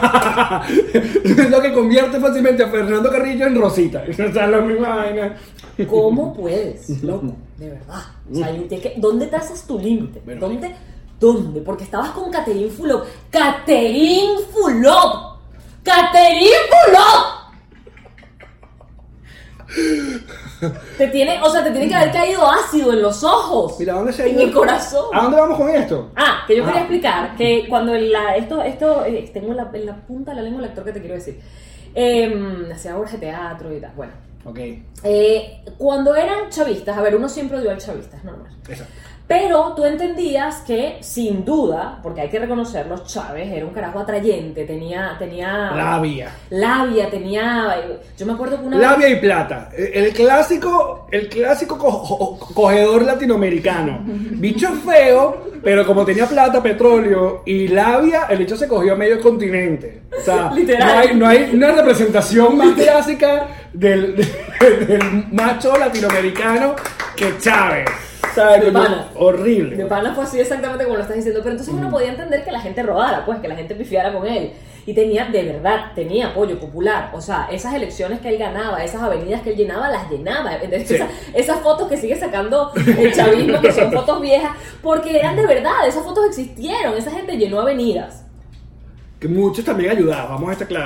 Es lo que convierte fácilmente a Fernando Carrillo en Rosita. O sea, la misma vaina. ¿Cómo puedes, loco? De verdad. O sea, yo- tienes que- ¿dónde trazas tu límite? Bueno, ¿Dónde? ¿Dónde? Porque estabas con Catherine Fulop. ¡Catherine Fulop! ¡Catherine Fulop! Te tiene, o sea, te tiene que haber caído ácido en los ojos. Mira, ¿a dónde se ha En ido? el corazón. ¿A dónde vamos con esto? Ah, que yo quería Ah. explicar que cuando la, esto, esto eh, tengo en la, en la punta de la lengua el actor que te quiero decir. Eh, hacía obras de teatro y tal. Bueno, Ok, eh, cuando eran chavistas, a ver, uno siempre odió al chavista, es normal. exacto. Pero tú entendías que, sin duda, porque hay que reconocerlo, Chávez era un carajo atrayente, tenía, tenía Labia. labia, tenía, yo me acuerdo que una Labia vez, y plata. El clásico, el clásico co- cogedor latinoamericano. Bicho feo, pero como tenía plata, petróleo y labia, el bicho se cogió a medio continente. O sea, Literal. no hay, no hay una representación más clásica del, del macho latinoamericano que Chávez. ¿Sabes? De pana. Horrible. de pana fue así exactamente como lo estás diciendo, pero entonces uno podía entender que la gente rodara, pues, que la gente pifiara con él. Y tenía, de verdad, tenía apoyo popular. O sea, esas elecciones que él ganaba, esas avenidas que él llenaba, las llenaba. ¿Entendés? Sí. Esa- esas fotos que sigue sacando el chavismo, que son fotos viejas, porque eran de verdad, esas fotos existieron, esa gente llenó avenidas. Que muchos también ayudaban, vamos a estar claros.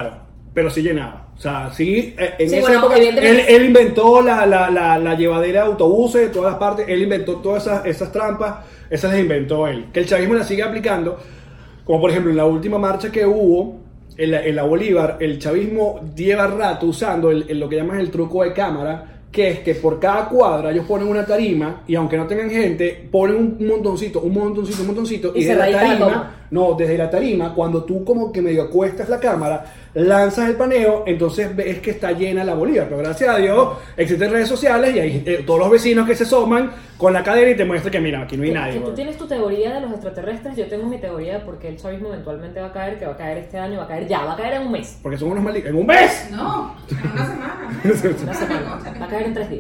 pero sí llenaba. O sea, sí, eh, en Sí, esa bueno, época, él, evidentemente- él inventó la, la, la, la llevadera de autobuses de todas las partes, él inventó todas esas, esas trampas, esas las inventó él. Que el chavismo las sigue aplicando, como por ejemplo en la última marcha que hubo, en la, en la Bolívar, el chavismo lleva rato usando el, el- lo que llaman el truco de cámara, que es que por cada cuadra ellos ponen una tarima y aunque no tengan gente, ponen un montoncito, un montoncito, un montoncito Y y, se desde la radica la tarima, toma. no, desde la tarima, cuando tú como que medio acuestas la cámara, lanzas el paneo, entonces ves que está llena la Bolívar. Pero gracias a Dios existen redes sociales y hay eh, todos los vecinos que se asoman con la cadera y te muestran que mira, aquí no hay Que- nadie. que tú bro. tienes tu teoría de los extraterrestres, yo tengo mi teoría de por qué el chavismo eventualmente va a caer, que va a caer este año, va a caer ya, va a caer en un mes. Porque son unos malditos. ¡En un mes! No, en una semana. Una semana, va a caer en tres días.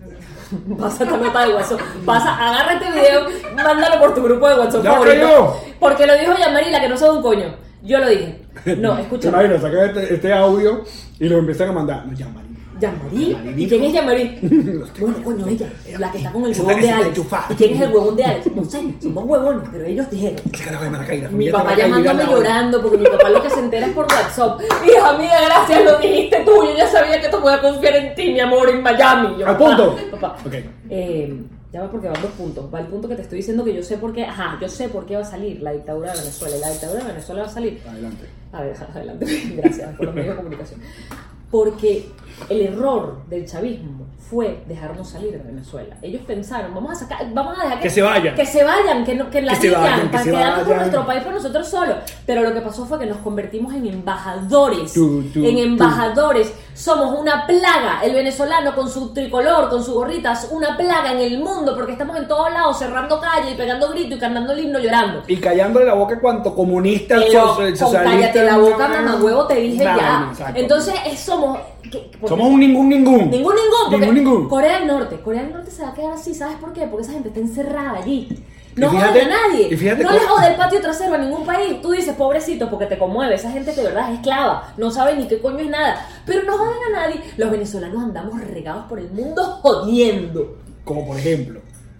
Pasa esta nota de WhatsApp. Pasa, agarra este video, mándalo por tu grupo de WhatsApp Ya favorito. cayó. Porque lo dijo Yamarila, que no sabe un coño. Yo lo dije. No, Te escucha. imaginas, sacan este, este audio y lo empiezan a mandar. No, ya, María. ¿Yamarí? ¿Y quién es Yamarí? Bueno, coño, ella, la que está con el Esa huevón que de se Alex. enchufa. ¿Y quién es el huevón de Alex? No sé, somos huevones, pero ellos dijeron. Ese carajo de Maracaibo, la Mi familia de papá Maracaibo, llamándome mira la hora. llorando porque mi papá lo que se entera es por WhatsApp. Hija mía, gracias, lo dijiste tú. Yo ya sabía que te podía confiar en ti, mi amor, en Miami. Yo, Al papá, punto. Papá. Ok. Eh, ya va porque van dos puntos. Va el punto que te estoy diciendo que yo sé por qué. Ajá, yo sé por qué va a salir la dictadura de Venezuela. Y la dictadura de Venezuela va a salir. Adelante. A ver, adelante. Gracias por los medios de comunicación. Porque el error del chavismo fue dejarnos salir de Venezuela. Ellos pensaron, vamos a sacar, vamos a dejar que, Que se vayan. que se vayan, que, no, que la se digan, vayan, que para se quedarnos con vayan. nuestro país por nosotros solos. Pero lo que pasó fue que nos convertimos en embajadores, Tú, tú, en tú. embajadores. Somos una plaga. El venezolano con su tricolor, con su gorrita, es una plaga en el mundo porque estamos en todos lados cerrando calle y pegando gritos y cantando el himno llorando. Y callándole la boca cuanto comunista, Pero so- con socialista. cállate la boca, mamá huevo, te dije Nah, ya. exacto. Entonces es- somos que- porque- Somos un ningún ningún. ningún ningún, porque Ningún ningún. Corea del Norte, Corea del Norte se va a quedar así, ¿sabes por qué? Porque esa gente está encerrada allí. No Y jodan fíjate- a nadie. y fíjate no cómo- les jode el patio trasero a ningún país. Tú dices, pobrecito, porque te conmueve. Esa gente de verdad es esclava. No sabe ni qué coño es nada. Pero no joden a nadie. Los venezolanos andamos regados por el mundo jodiendo. Como por ejemplo.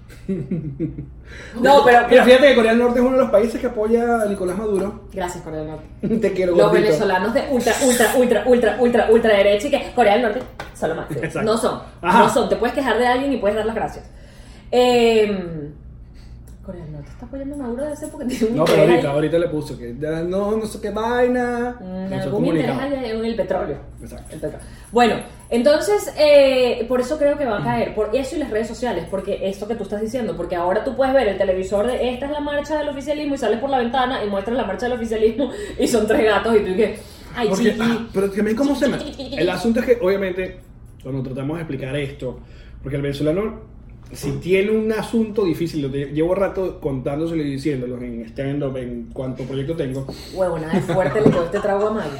No, pero... Mira, pero- fíjate que Corea del Norte es uno de los países que apoya a Nicolás Maduro. Gracias, Corea del Norte. Te quiero, Los gordito. venezolanos de ultra, ultra, ultra, ultra, ultra, ultra derecha y que Corea del Norte son lo más. Exacto. No son. Ajá. No son. Te puedes quejar de alguien y puedes dar las gracias. Eh, Corea del Norte está apoyando a Maduro de ser porque tiene un No, pero interés ahorita, ahí. ahorita le puso que ya no, no sé qué vaina. Mm, No sé algún interés comunicado. hay en el petróleo. Exacto. El petróleo. Bueno, entonces, eh, por eso creo que va a caer, por eso y las redes sociales, porque esto que tú estás diciendo, porque ahora tú puedes ver el televisor de esta es la marcha del oficialismo y sales por la ventana y muestras la marcha del oficialismo y son tres gatos y tú dices, ay, Porque, chiqui. ah, pero también cómo se me... El asunto es que, obviamente, cuando tratamos de explicar esto, porque el venezolano, si tiene un asunto difícil, lo te- llevo rato contándoselo y diciéndolo en stand-up, en cuanto proyecto tengo, Huevo, nada de fuerte le quedó este trago a Maggie.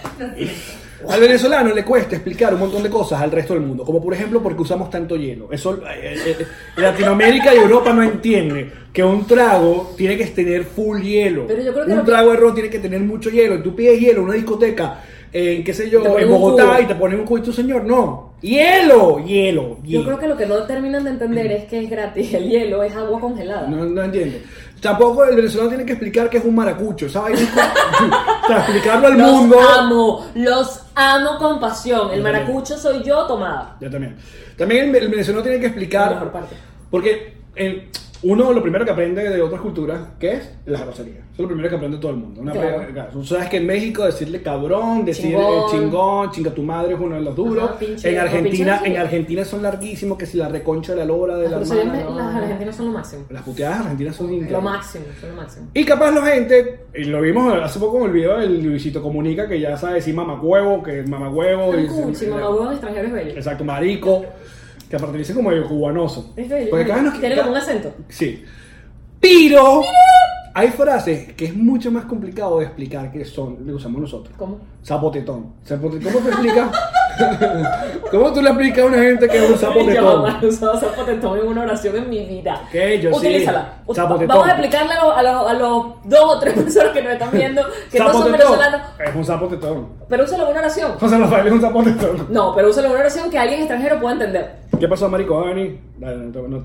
al venezolano le cuesta explicar un montón de cosas al resto del mundo, como por ejemplo porque usamos tanto hielo. Eso, eh, eh, eh, Latinoamérica y Europa no entiende que un trago tiene que tener full hielo. Pero yo creo que un lo que- trago de ron tiene que tener mucho hielo. Y tú pides hielo en una discoteca, en qué sé Te yo, ponen en un Bogotá cubo. y te ponen un cubo y tú, señor, no. Hielo, hielo, hielo. Yo creo que lo que no terminan de entender es que es gratis. El hielo es agua congelada. No, no entiende. Tampoco el venezolano tiene que explicar que es un maracucho. Esa vaina es- o sea, explicarlo al Los mundo. amo, los amo con pasión. El maracucho soy yo tomada. Yo también. También el, el venezolano tiene que explicar. La mejor parte. Porque el- uno lo primero que aprende de otras culturas, ¿qué es? La grosería. Eso es lo primero que aprende todo el mundo. Una Claro. pre- claro. Tú sabes que en México decirle cabrón, decir Chingón. eh, chingón, chinga tu madre es uno de los duros. Ajá, pinche, en no, Argentina, pinche no. en Argentina son larguísimos, que si la reconcha de la lora de Las la groserías hermana. me- no. las argentinas son lo máximo. Las puteadas argentinas son Lo increíbles. máximo, son lo máximo. Y capaz la gente, y lo vimos hace poco en el video del Luisito Comunica, que ya sabe decir mamacuevo, que es mamacuevo. y- Cuchi, mamá huevo en extranjero es bello. Exacto, marico, que aparte dice como el cubanoso. Es bello. Porque cada vez nos- Tiene como un acento. Sí. Pero hay frases que es mucho más complicado de explicar que son, le usamos nosotros. ¿Cómo? Zapotetón. Zapote- ¿Cómo te explicas? ¿Cómo tú le explicas a una gente que es un Yo zapotetón? jamás he usado zapotetón en una oración en mi vida. ¿Qué? Yo sí. Utilízala. Ut- Zapotetón. Vamos a explicarle a los, a, los, a los dos o tres personas que nos están viendo que no son Zapotetón. venezolanos. Es un zapotetón. Pero úsalo en una oración. José Rafael es un zapotetón. No, pero úsalo en una oración que alguien extranjero pueda entender. ¿Qué pasó, marico Dani? Dale, no, no, no.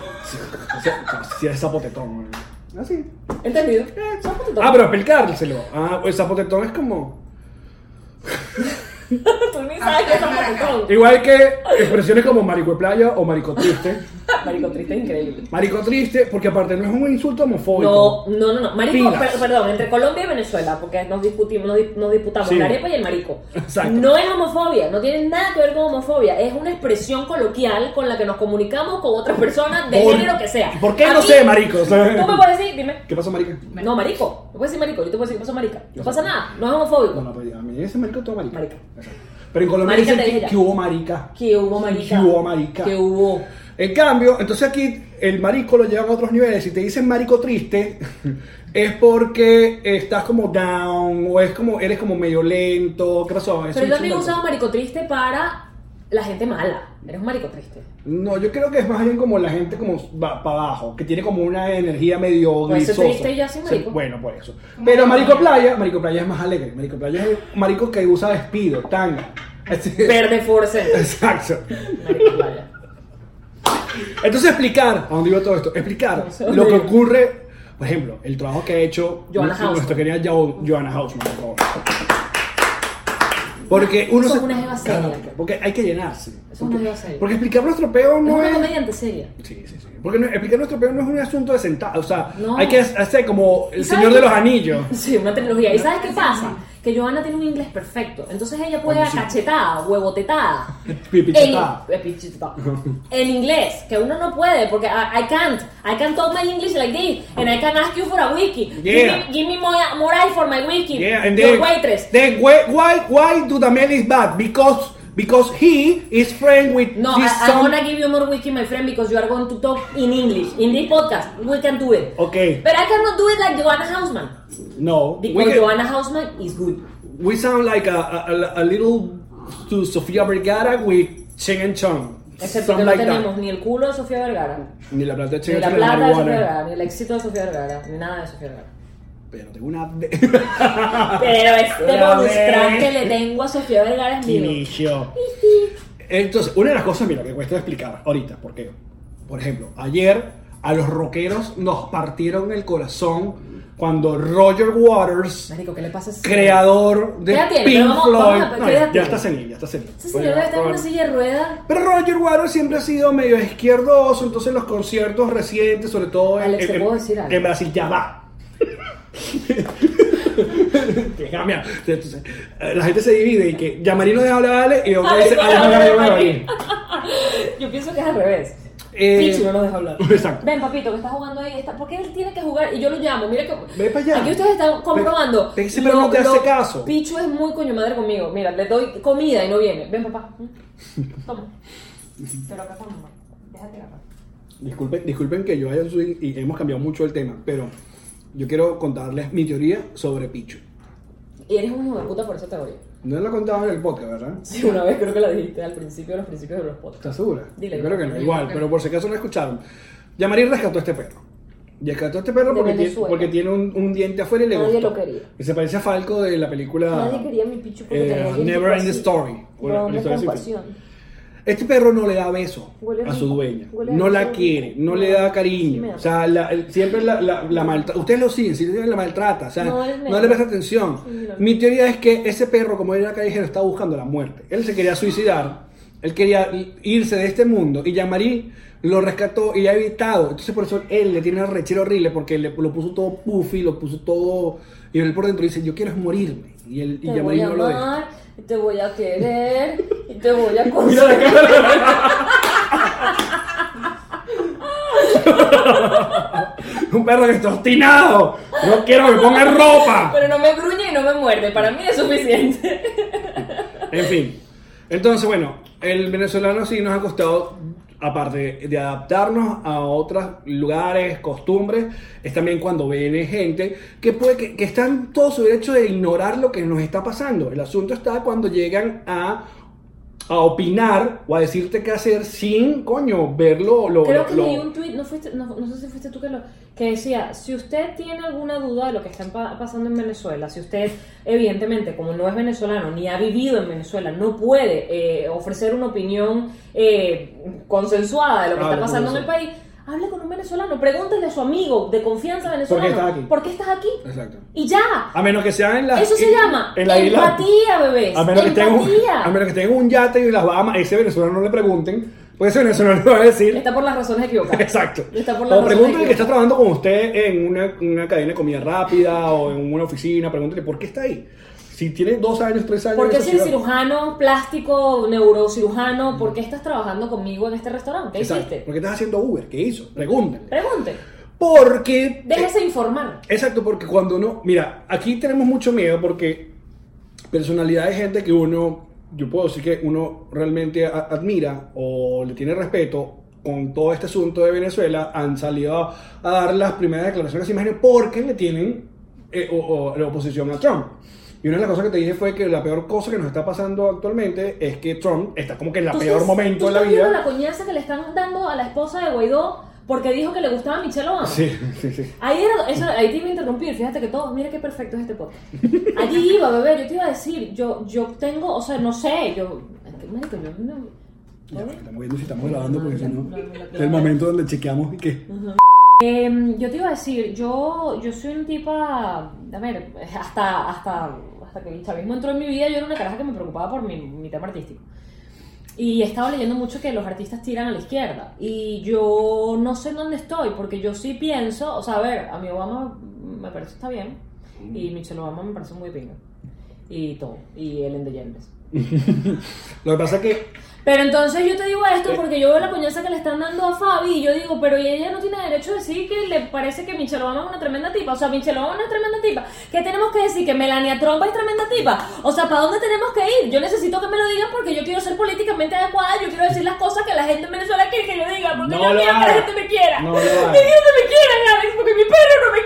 O sea, si es zapotetón. man. Así. ¿Entendido? Zapotetón. Ah, pero explicárselo. Ah, el zapotetón es como... Tú ni sabes qué son maricón. Igual que expresiones como marico de playa o marico triste. Marico triste es increíble. Marico triste, porque aparte no es un insulto homofóbico. No, no, no, no. Marico, Pilas. per- perdón, entre Colombia y Venezuela, porque nos discutimos, nos, di- nos disputamos Sí. la arepa y el marico. Exacto. No es homofobia, no tiene nada que ver con homofobia, es una expresión coloquial con la que nos comunicamos con otras personas de Por- género que sea. ¿Por qué A no mí- sé, marico? O sea, Tú me puedes decir, dime. ¿Qué pasó, marica? No, marico. Me puedes decir marico, yo te puedo decir, ¿qué pasó, marica? No Yo pasa sé. nada, no es homofóbico. No, no, pero a mí ese marico todo marica. Marica. Exacto. Pero en Colombia Marica dicen te que, dije ya. que hubo marica. Que hubo marica. Que hubo marica. Que hubo. En cambio, entonces aquí el marico lo llevan a otros niveles. Si te dicen marico triste, es porque estás como down o es como eres como medio lento. ¿Qué pasó? Eso Pero es yo también un usaba marico triste para la gente mala. Eres un marico triste. No, yo creo que es más bien como la gente como va para abajo, que tiene como una energía medio Puede ser grisosa. triste y ya sin marico. Sí, bueno, por eso. Pero marico playa, marico playa es más alegre. Marico playa es el marico que usa despido, tanga. Así- Verde force. Exacto. Marico playa. Entonces explicar, ¿a dónde iba todo esto? Explicar No sé lo dónde que iba. ocurre, por ejemplo, el trabajo que ha hecho Joanna nuestra Hausman. querida Jo- Joanna Hausman, por favor. Porque uno Eso se... es una jeva seria. Claro, porque hay que llenarse. Eso es Porque, una jeva seria. porque explicar nuestro peo Es no una es... comediante seria. Sí, sí, sí. Porque no- explicar nuestro peo no es un asunto de sentado. O sea, No. hay que hacer como el ¿Y sabes Señor de qué? los Anillos. Sí, una tecnología. ¿Y sabes qué pasa? Que Johanna tiene un inglés perfecto. Entonces ella puede Bueno, sí. cachetada, huevotetada. Pipichetada. En, eh, pichichetada. En inglés, que uno no puede, porque I, I can't. I can talk my English like this, and I can ask you for a wiki. Give Yeah. me, give me more, more eye for my wiki. Yeah, and Your then, waitress. then why, why, why do the man is bad? Because, because he is friend with No, this I, I'm some... gonna give you more wiki, my friend, because you are going to talk in English. In this podcast, we can do it. Okay, But I cannot do it like Joanna Hausman. no. Because We, can- Joanna Hausman is good. we sound like a, a, a little to Sofía Vergara with Cheng and Chong. Excepto que Something no like tenemos that. ni el culo de Sofía Vergara, Ni la plata de Cheng ni and la Chong, ni plata de Sofía marihuana. Vergara, ni el éxito de Sofía Vergara, ni nada de Sofía Vergara. Pero tengo una... Pero este Pero bonus ve. track que le tengo a Sofía Vergara es mío. Inicio. Entonces, una de las cosas, mira, que cuesta explicar ahorita, porque, por ejemplo, ayer a los rockeros nos partieron el corazón cuando Roger Waters, Marico, ¿qué le pasa a ese creador de ¿Qué edad tiene? Pink Pero vamos- Floyd, vamos a- no, ¿qué edad ya tiene? está senil, ya está senil. Ese señor debe estar en una silla de ruedas. Pero Roger Waters siempre ha sido medio izquierdoso, entonces los conciertos recientes, sobre todo en, Alex, ¿te en- puedo decir algo? en Brasil, ya va. Que cambia. Entonces, eh, la gente se divide y que Yamari no deja hablar a Ale y otro Ay, dice no, Ale no no, deja no, hablar a no, Yamari. Yo pienso que es al revés. Eh, Pichu no nos deja hablar. Exacto. Ven, papito, que está jugando ahí. Está... ¿Por qué él tiene que jugar? Y yo lo llamo. Mira que. Ve pa' allá. Aquí ustedes están comprobando. Ve- ve ese perro no te hace caso. Pichu es muy coño madre conmigo. Mira, le doy comida y no viene. Ven, papá. Toma. Pero acá está mamá. Déjate acá. Disculpen, disculpen que yo haya subido y hemos cambiado mucho el tema, pero yo quiero contarles mi teoría sobre Pichu. Y eres un hijo de puta por esa teoría. No lo he contado en el podcast, ¿verdad? Sí, una vez creo que la dijiste al principio de los principios de los podcasts. ¿Estás segura? Dile. Yo creo que no, Dile. igual, pero por si acaso no escucharon. Yamari rescató a este perro. Y rescató a este perro De porque, tiene, Venezuela. porque tiene un, un diente afuera y le Nadie gustó. lo quería. Y se parece a Falco de la película Nadie quería mi Pichu porque eh, tenía un Never tipo End the así. Story. O la- No, la no historia sin fin. compasión. Este perro no le da beso Huele a su rico. dueña, Huele no rico. la quiere, no le da Sí cariño, me da. o sea, la- el- siempre la, la, la maltrata, ustedes lo siguen, siempre la maltrata, o sea, No, él no, me- le presta atención. Sí, mira. Mi teoría es que ese perro, como era callejero, estaba buscando la muerte, él se quería suicidar, él quería irse de este mundo, y Yamari lo rescató y ha evitado, entonces por eso él le tiene una rechera horrible, porque le, lo puso todo puffy, lo puso todo, y él por dentro dice, yo quiero es morirme, y, él, y Te Yamari voy a no lo deja. amar, y te voy a querer, y te voy a Mira consolar. la cara. Un perro que está obstinado. No quiero que me ponga ropa. Pero no me gruñe y no me muerde, para mí es suficiente. En fin. Entonces, bueno, el venezolano sí nos ha costado, aparte de adaptarnos a otros lugares, costumbres, es también cuando viene gente que puede que, que está en todo su derecho de ignorar lo que nos está pasando. El asunto está cuando llegan a a opinar o a decirte qué hacer sin, coño, verlo. Lo, Creo lo- que lo- leí un tweet, no, fuiste, no, no sé si fuiste tú que lo que decía, si usted tiene alguna duda de lo que está pa- pasando en Venezuela, si usted evidentemente como no es venezolano ni ha vivido en Venezuela, no puede eh, ofrecer una opinión eh, consensuada de lo que Ah, está lo pasando en que el país, hable con un venezolano, pregúntele a su amigo de confianza venezolano. ¿Por qué estás aquí? ¿Por qué estás aquí? Exacto. Y ya. A menos que sean en la Eso se en, llama en la isla. empatía, bebés. A menos, que estén, un- Empatía. a menos que estén en un yate y en las Bahamas, a ese venezolano no le pregunten, pues ese venezolano le va a decir. Está por las razones equivocadas. Exacto. Está por las O razones pregúntele que está equivocadas. trabajando con usted en una, una cadena de comida rápida o en una oficina, pregúntele por qué está ahí. Si tiene dos años, tres años. ¿Por qué en esa si eres ciudad- cirujano, plástico, neurocirujano, por qué estás trabajando conmigo en este restaurante? ¿Qué Exacto. hiciste? ¿Por qué estás haciendo Uber? ¿Qué hizo? Pregúntenle. Pregunte. Porque. Déjese informar. Exacto, porque cuando uno. Mira, aquí tenemos mucho miedo porque personalidad de gente que uno. Yo puedo decir que uno realmente a- admira o le tiene respeto con todo este asunto de Venezuela han salido a, a dar las primeras declaraciones de imagen porque le tienen eh, o, o, la oposición a Trump. Y una de las cosas que te dije fue que la peor cosa que nos está pasando actualmente es que Trump está como que en el ¿Tú peor estás- momento tú de la estás viendo vida. la coñaza que le están dando a la esposa de Guaidó porque dijo que le gustaba Michelle Obama? Sí, sí, sí. Ahí, era, eso, ahí te iba a interrumpir, fíjate que todo, mira qué perfecto es este podcast. Allí iba, bebé, yo te iba a decir, yo, yo tengo, o sea, no sé, yo, ¿qué marico? Yo no... Ya, ¿no? estamos viendo si estamos grabando porque si no, No, no, no, es el momento donde chequeamos y que. Eh, yo te iba a decir, yo, yo soy un tipa, a ver, hasta, hasta, hasta que el chavismo entró en mi vida, yo era una caraja que me preocupaba por mi, mi tema artístico. Y he estado leyendo mucho que los artistas tiran a la izquierda. Y yo no sé en dónde estoy, porque yo sí pienso, o sea, a ver, a mi Obama me parece que está bien, y Michelle Obama me parece muy pinga. Y todo, y Ellen DeGeneres. Lo que pasa es que. Pero entonces yo te digo esto porque yo veo la coñaza que le están dando a Fabi y yo digo, pero ¿y ella no tiene derecho a decir que le parece que Michelle Obama es una tremenda tipa? O sea, Michelle Obama no es tremenda tipa. ¿Qué tenemos que decir? ¿Que Melania Trump es tremenda tipa? O sea, ¿para dónde tenemos que ir? Yo necesito que me lo digan porque yo quiero ser políticamente adecuada, yo quiero decir las cosas que la gente en Venezuela quiere que yo diga, porque No yo lo quiero que haga. la gente me quiera. No lo Yo haga. quiero que me quieran, Alex, porque mi perro no me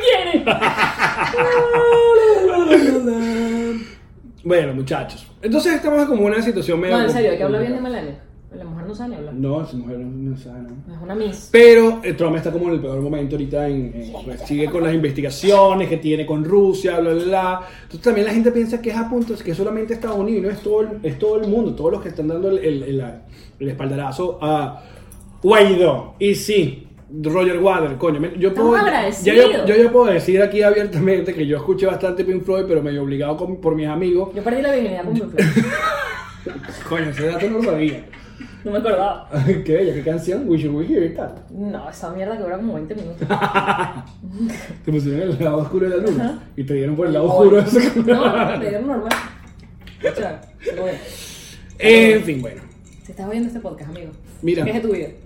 quiere. Bueno, muchachos. Entonces estamos como en una situación medio. No, en serio, hay que hablar bien de complicada. Melania. La mujer no sabe ni hablar. No, esa mujer no, no sabe, ¿no? Es una miss. Pero eh, Trump está como en el peor momento ahorita, en, en- pues, sigue con las investigaciones que tiene con Rusia, bla, bla, bla. Entonces también la gente piensa que es a punto, que es solamente Estados Unidos, no es todo el, es todo el mundo, todos los que están dando el, el, el, el espaldarazo a Guaidó. Y sí, Roger Waters, coño, me- yo puedo, Estamos ya, agradecidos. yo, yo ya puedo decir aquí abiertamente que yo escuché bastante Pink Floyd, pero medio obligado con- por mis amigos. Yo perdí la virginidad con Pink Floyd. Coño, ese dato no lo sabía. No me acordaba. Qué bella, qué canción, We Should We Hear It. No, esa mierda que dura como veinte minutos. Te pusieron el lado oscuro de la luna y te dieron por el lado oscuro de ese. No, me dieron normal. O sea, pero bueno. En fin, bueno. Si estás oyendo este podcast, amigo, Mira. ¿qué es de tu vida?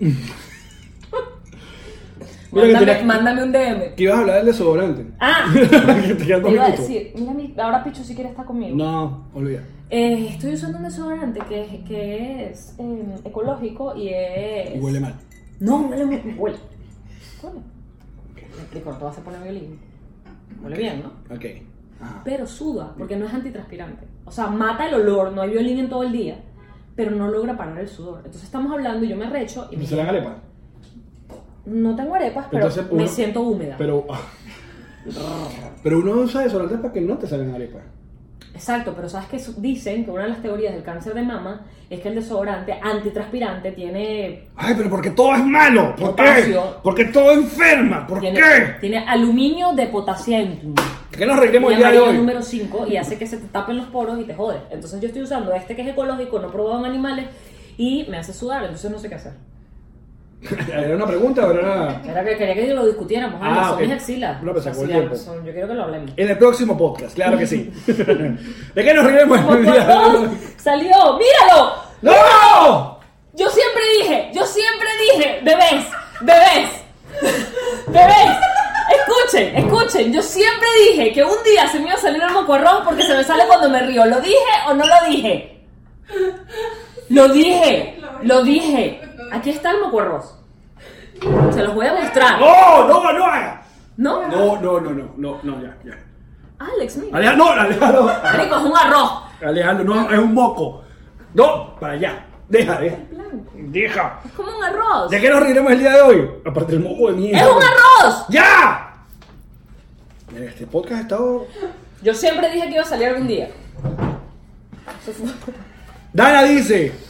Mira que mándame, tenés- mándame un D M. Que ibas a hablar del desodorante. Ah, Que te quedan te dos iba a minutos. decir, mira, mi, ahora Picho si quiere estar conmigo. No, olvida. Eh, estoy usando un desodorante que, es- que es eh, ecológico y es... Y huele mal. No, huele muy... Huele. Huele. Me explico, te vas a poner violín. Huele bien, ¿no? Ok. Ajá. Pero suda, porque no es antitranspirante. O sea, mata el olor, no hay violín en todo el día, pero no logra parar el sudor. Entonces estamos hablando y yo me arrecho y me... ¿Se la arepa? No tengo arepas, pero Entonces, me uno- siento húmeda. Pero. ah. Pero uno usa desodorante para que no te salgan arepas. Exacto, pero sabes que su- dicen que una de las teorías del cáncer de mama es que el desodorante antitranspirante tiene... Ay, pero porque todo es malo. ¿Por qué? Potasio. Porque todo enferma. ¿Por tiene, qué? tiene aluminio de potasientum. ¿Qué nos arreglemos Y el día de amarillo hoy? número cinco y hace que se te tapen los poros y te jode. Entonces yo estoy usando este que es ecológico, no probado en animales y me hace sudar, entonces no sé qué hacer. ¿Era una pregunta o era una.? Era que quería que lo discutiéramos. Ah, Ah, son ok. mis axilas. No, pues, Las sacó el axilas tiempo. son- yo quiero que lo hablemos. En el próximo podcast, claro que sí. ¿De qué nos reiremos Como el día de por hoy? dos, salió, ¡míralo! ¡No! Yo siempre dije, yo siempre dije, bebés, bebés, bebés, escuchen, escuchen, yo siempre dije que un día se me iba a salir el moco rojo porque se me sale cuando me río. ¿Lo dije o no lo dije? Lo dije, lo dije. Aquí está el moco rojo. Se los voy a mostrar. ¡No, no, no haga! ¿No? No, no, no, no, no, no, ya, ya. Alex, mira. Alejandro, no, Alejandro. Marico, es un arroz. Alejandro, no, es un moco. No, para allá. Deja, deja. Blanco. Deja. Es como un arroz. ¿De qué nos reiremos el día de hoy? Aparte del moco de mierda. ¡Es un arroz! ¡Ya! Mira, este podcast ha estado. Yo siempre dije que iba a salir algún día. Eso fue- Dana dice: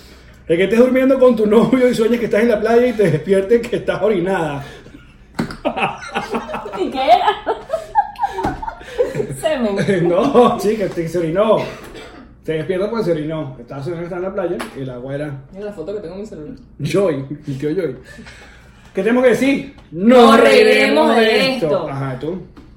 El que estés durmiendo con tu novio y sueñes que estás en la playa y te despiertes que estás orinada. ¿Y qué era? Semen. No, chica, que se orinó. Se despierta porque se orinó. Estaba está en la playa y el agua era Mira la foto que tengo en mi celular. Joy, el tío Joy. ¿Qué tenemos que decir? Nos reiremos de esto. Ajá, tú.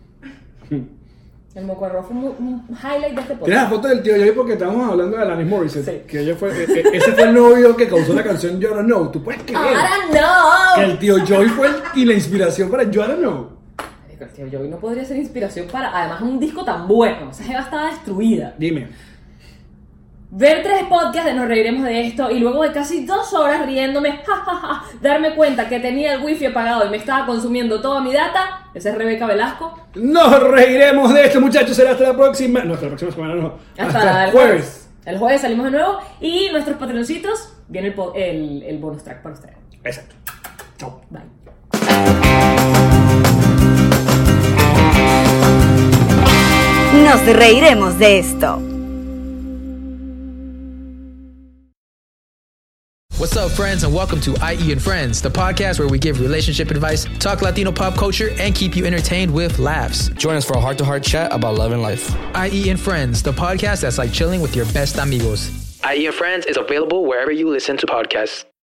El moco arroz fue un, un highlight de este podcast. Tienes la foto del tío Joy porque estábamos hablando de Alanis Morissette. Sí. Que ella fue, e- e- ese fue el novio que causó la canción You Don't Know. ¿Tú puedes creer? Ahora Que no. el tío Joy fue el- y la inspiración para You Don't Know. El tío Joey no podría ser inspiración para, además, un disco tan bueno. Esa jeva estaba destruida. Dime. Ver tres podcasts de Nos reiremos de esto y luego de casi dos horas riéndome, jajaja, darme cuenta que tenía el wifi apagado y me estaba consumiendo toda mi data. Esa es Rebeca Velasco. Nos reiremos de esto, muchachos. Será hasta la próxima. No, hasta la próxima semana no. Hasta, el jueves. El jueves salimos de nuevo y nuestros patroncitos viene el, po- el, el bonus track para ustedes. Exacto. Chao. Bye. Nos reiremos de esto. What's up, friends, and welcome to I E and Friends, the podcast where we give relationship advice, talk Latino pop culture, and keep you entertained with laughs. Join us for a heart-to-heart chat about love and life. I E and Friends, the podcast that's like chilling with your best amigos. I E and Friends is available wherever you listen to podcasts.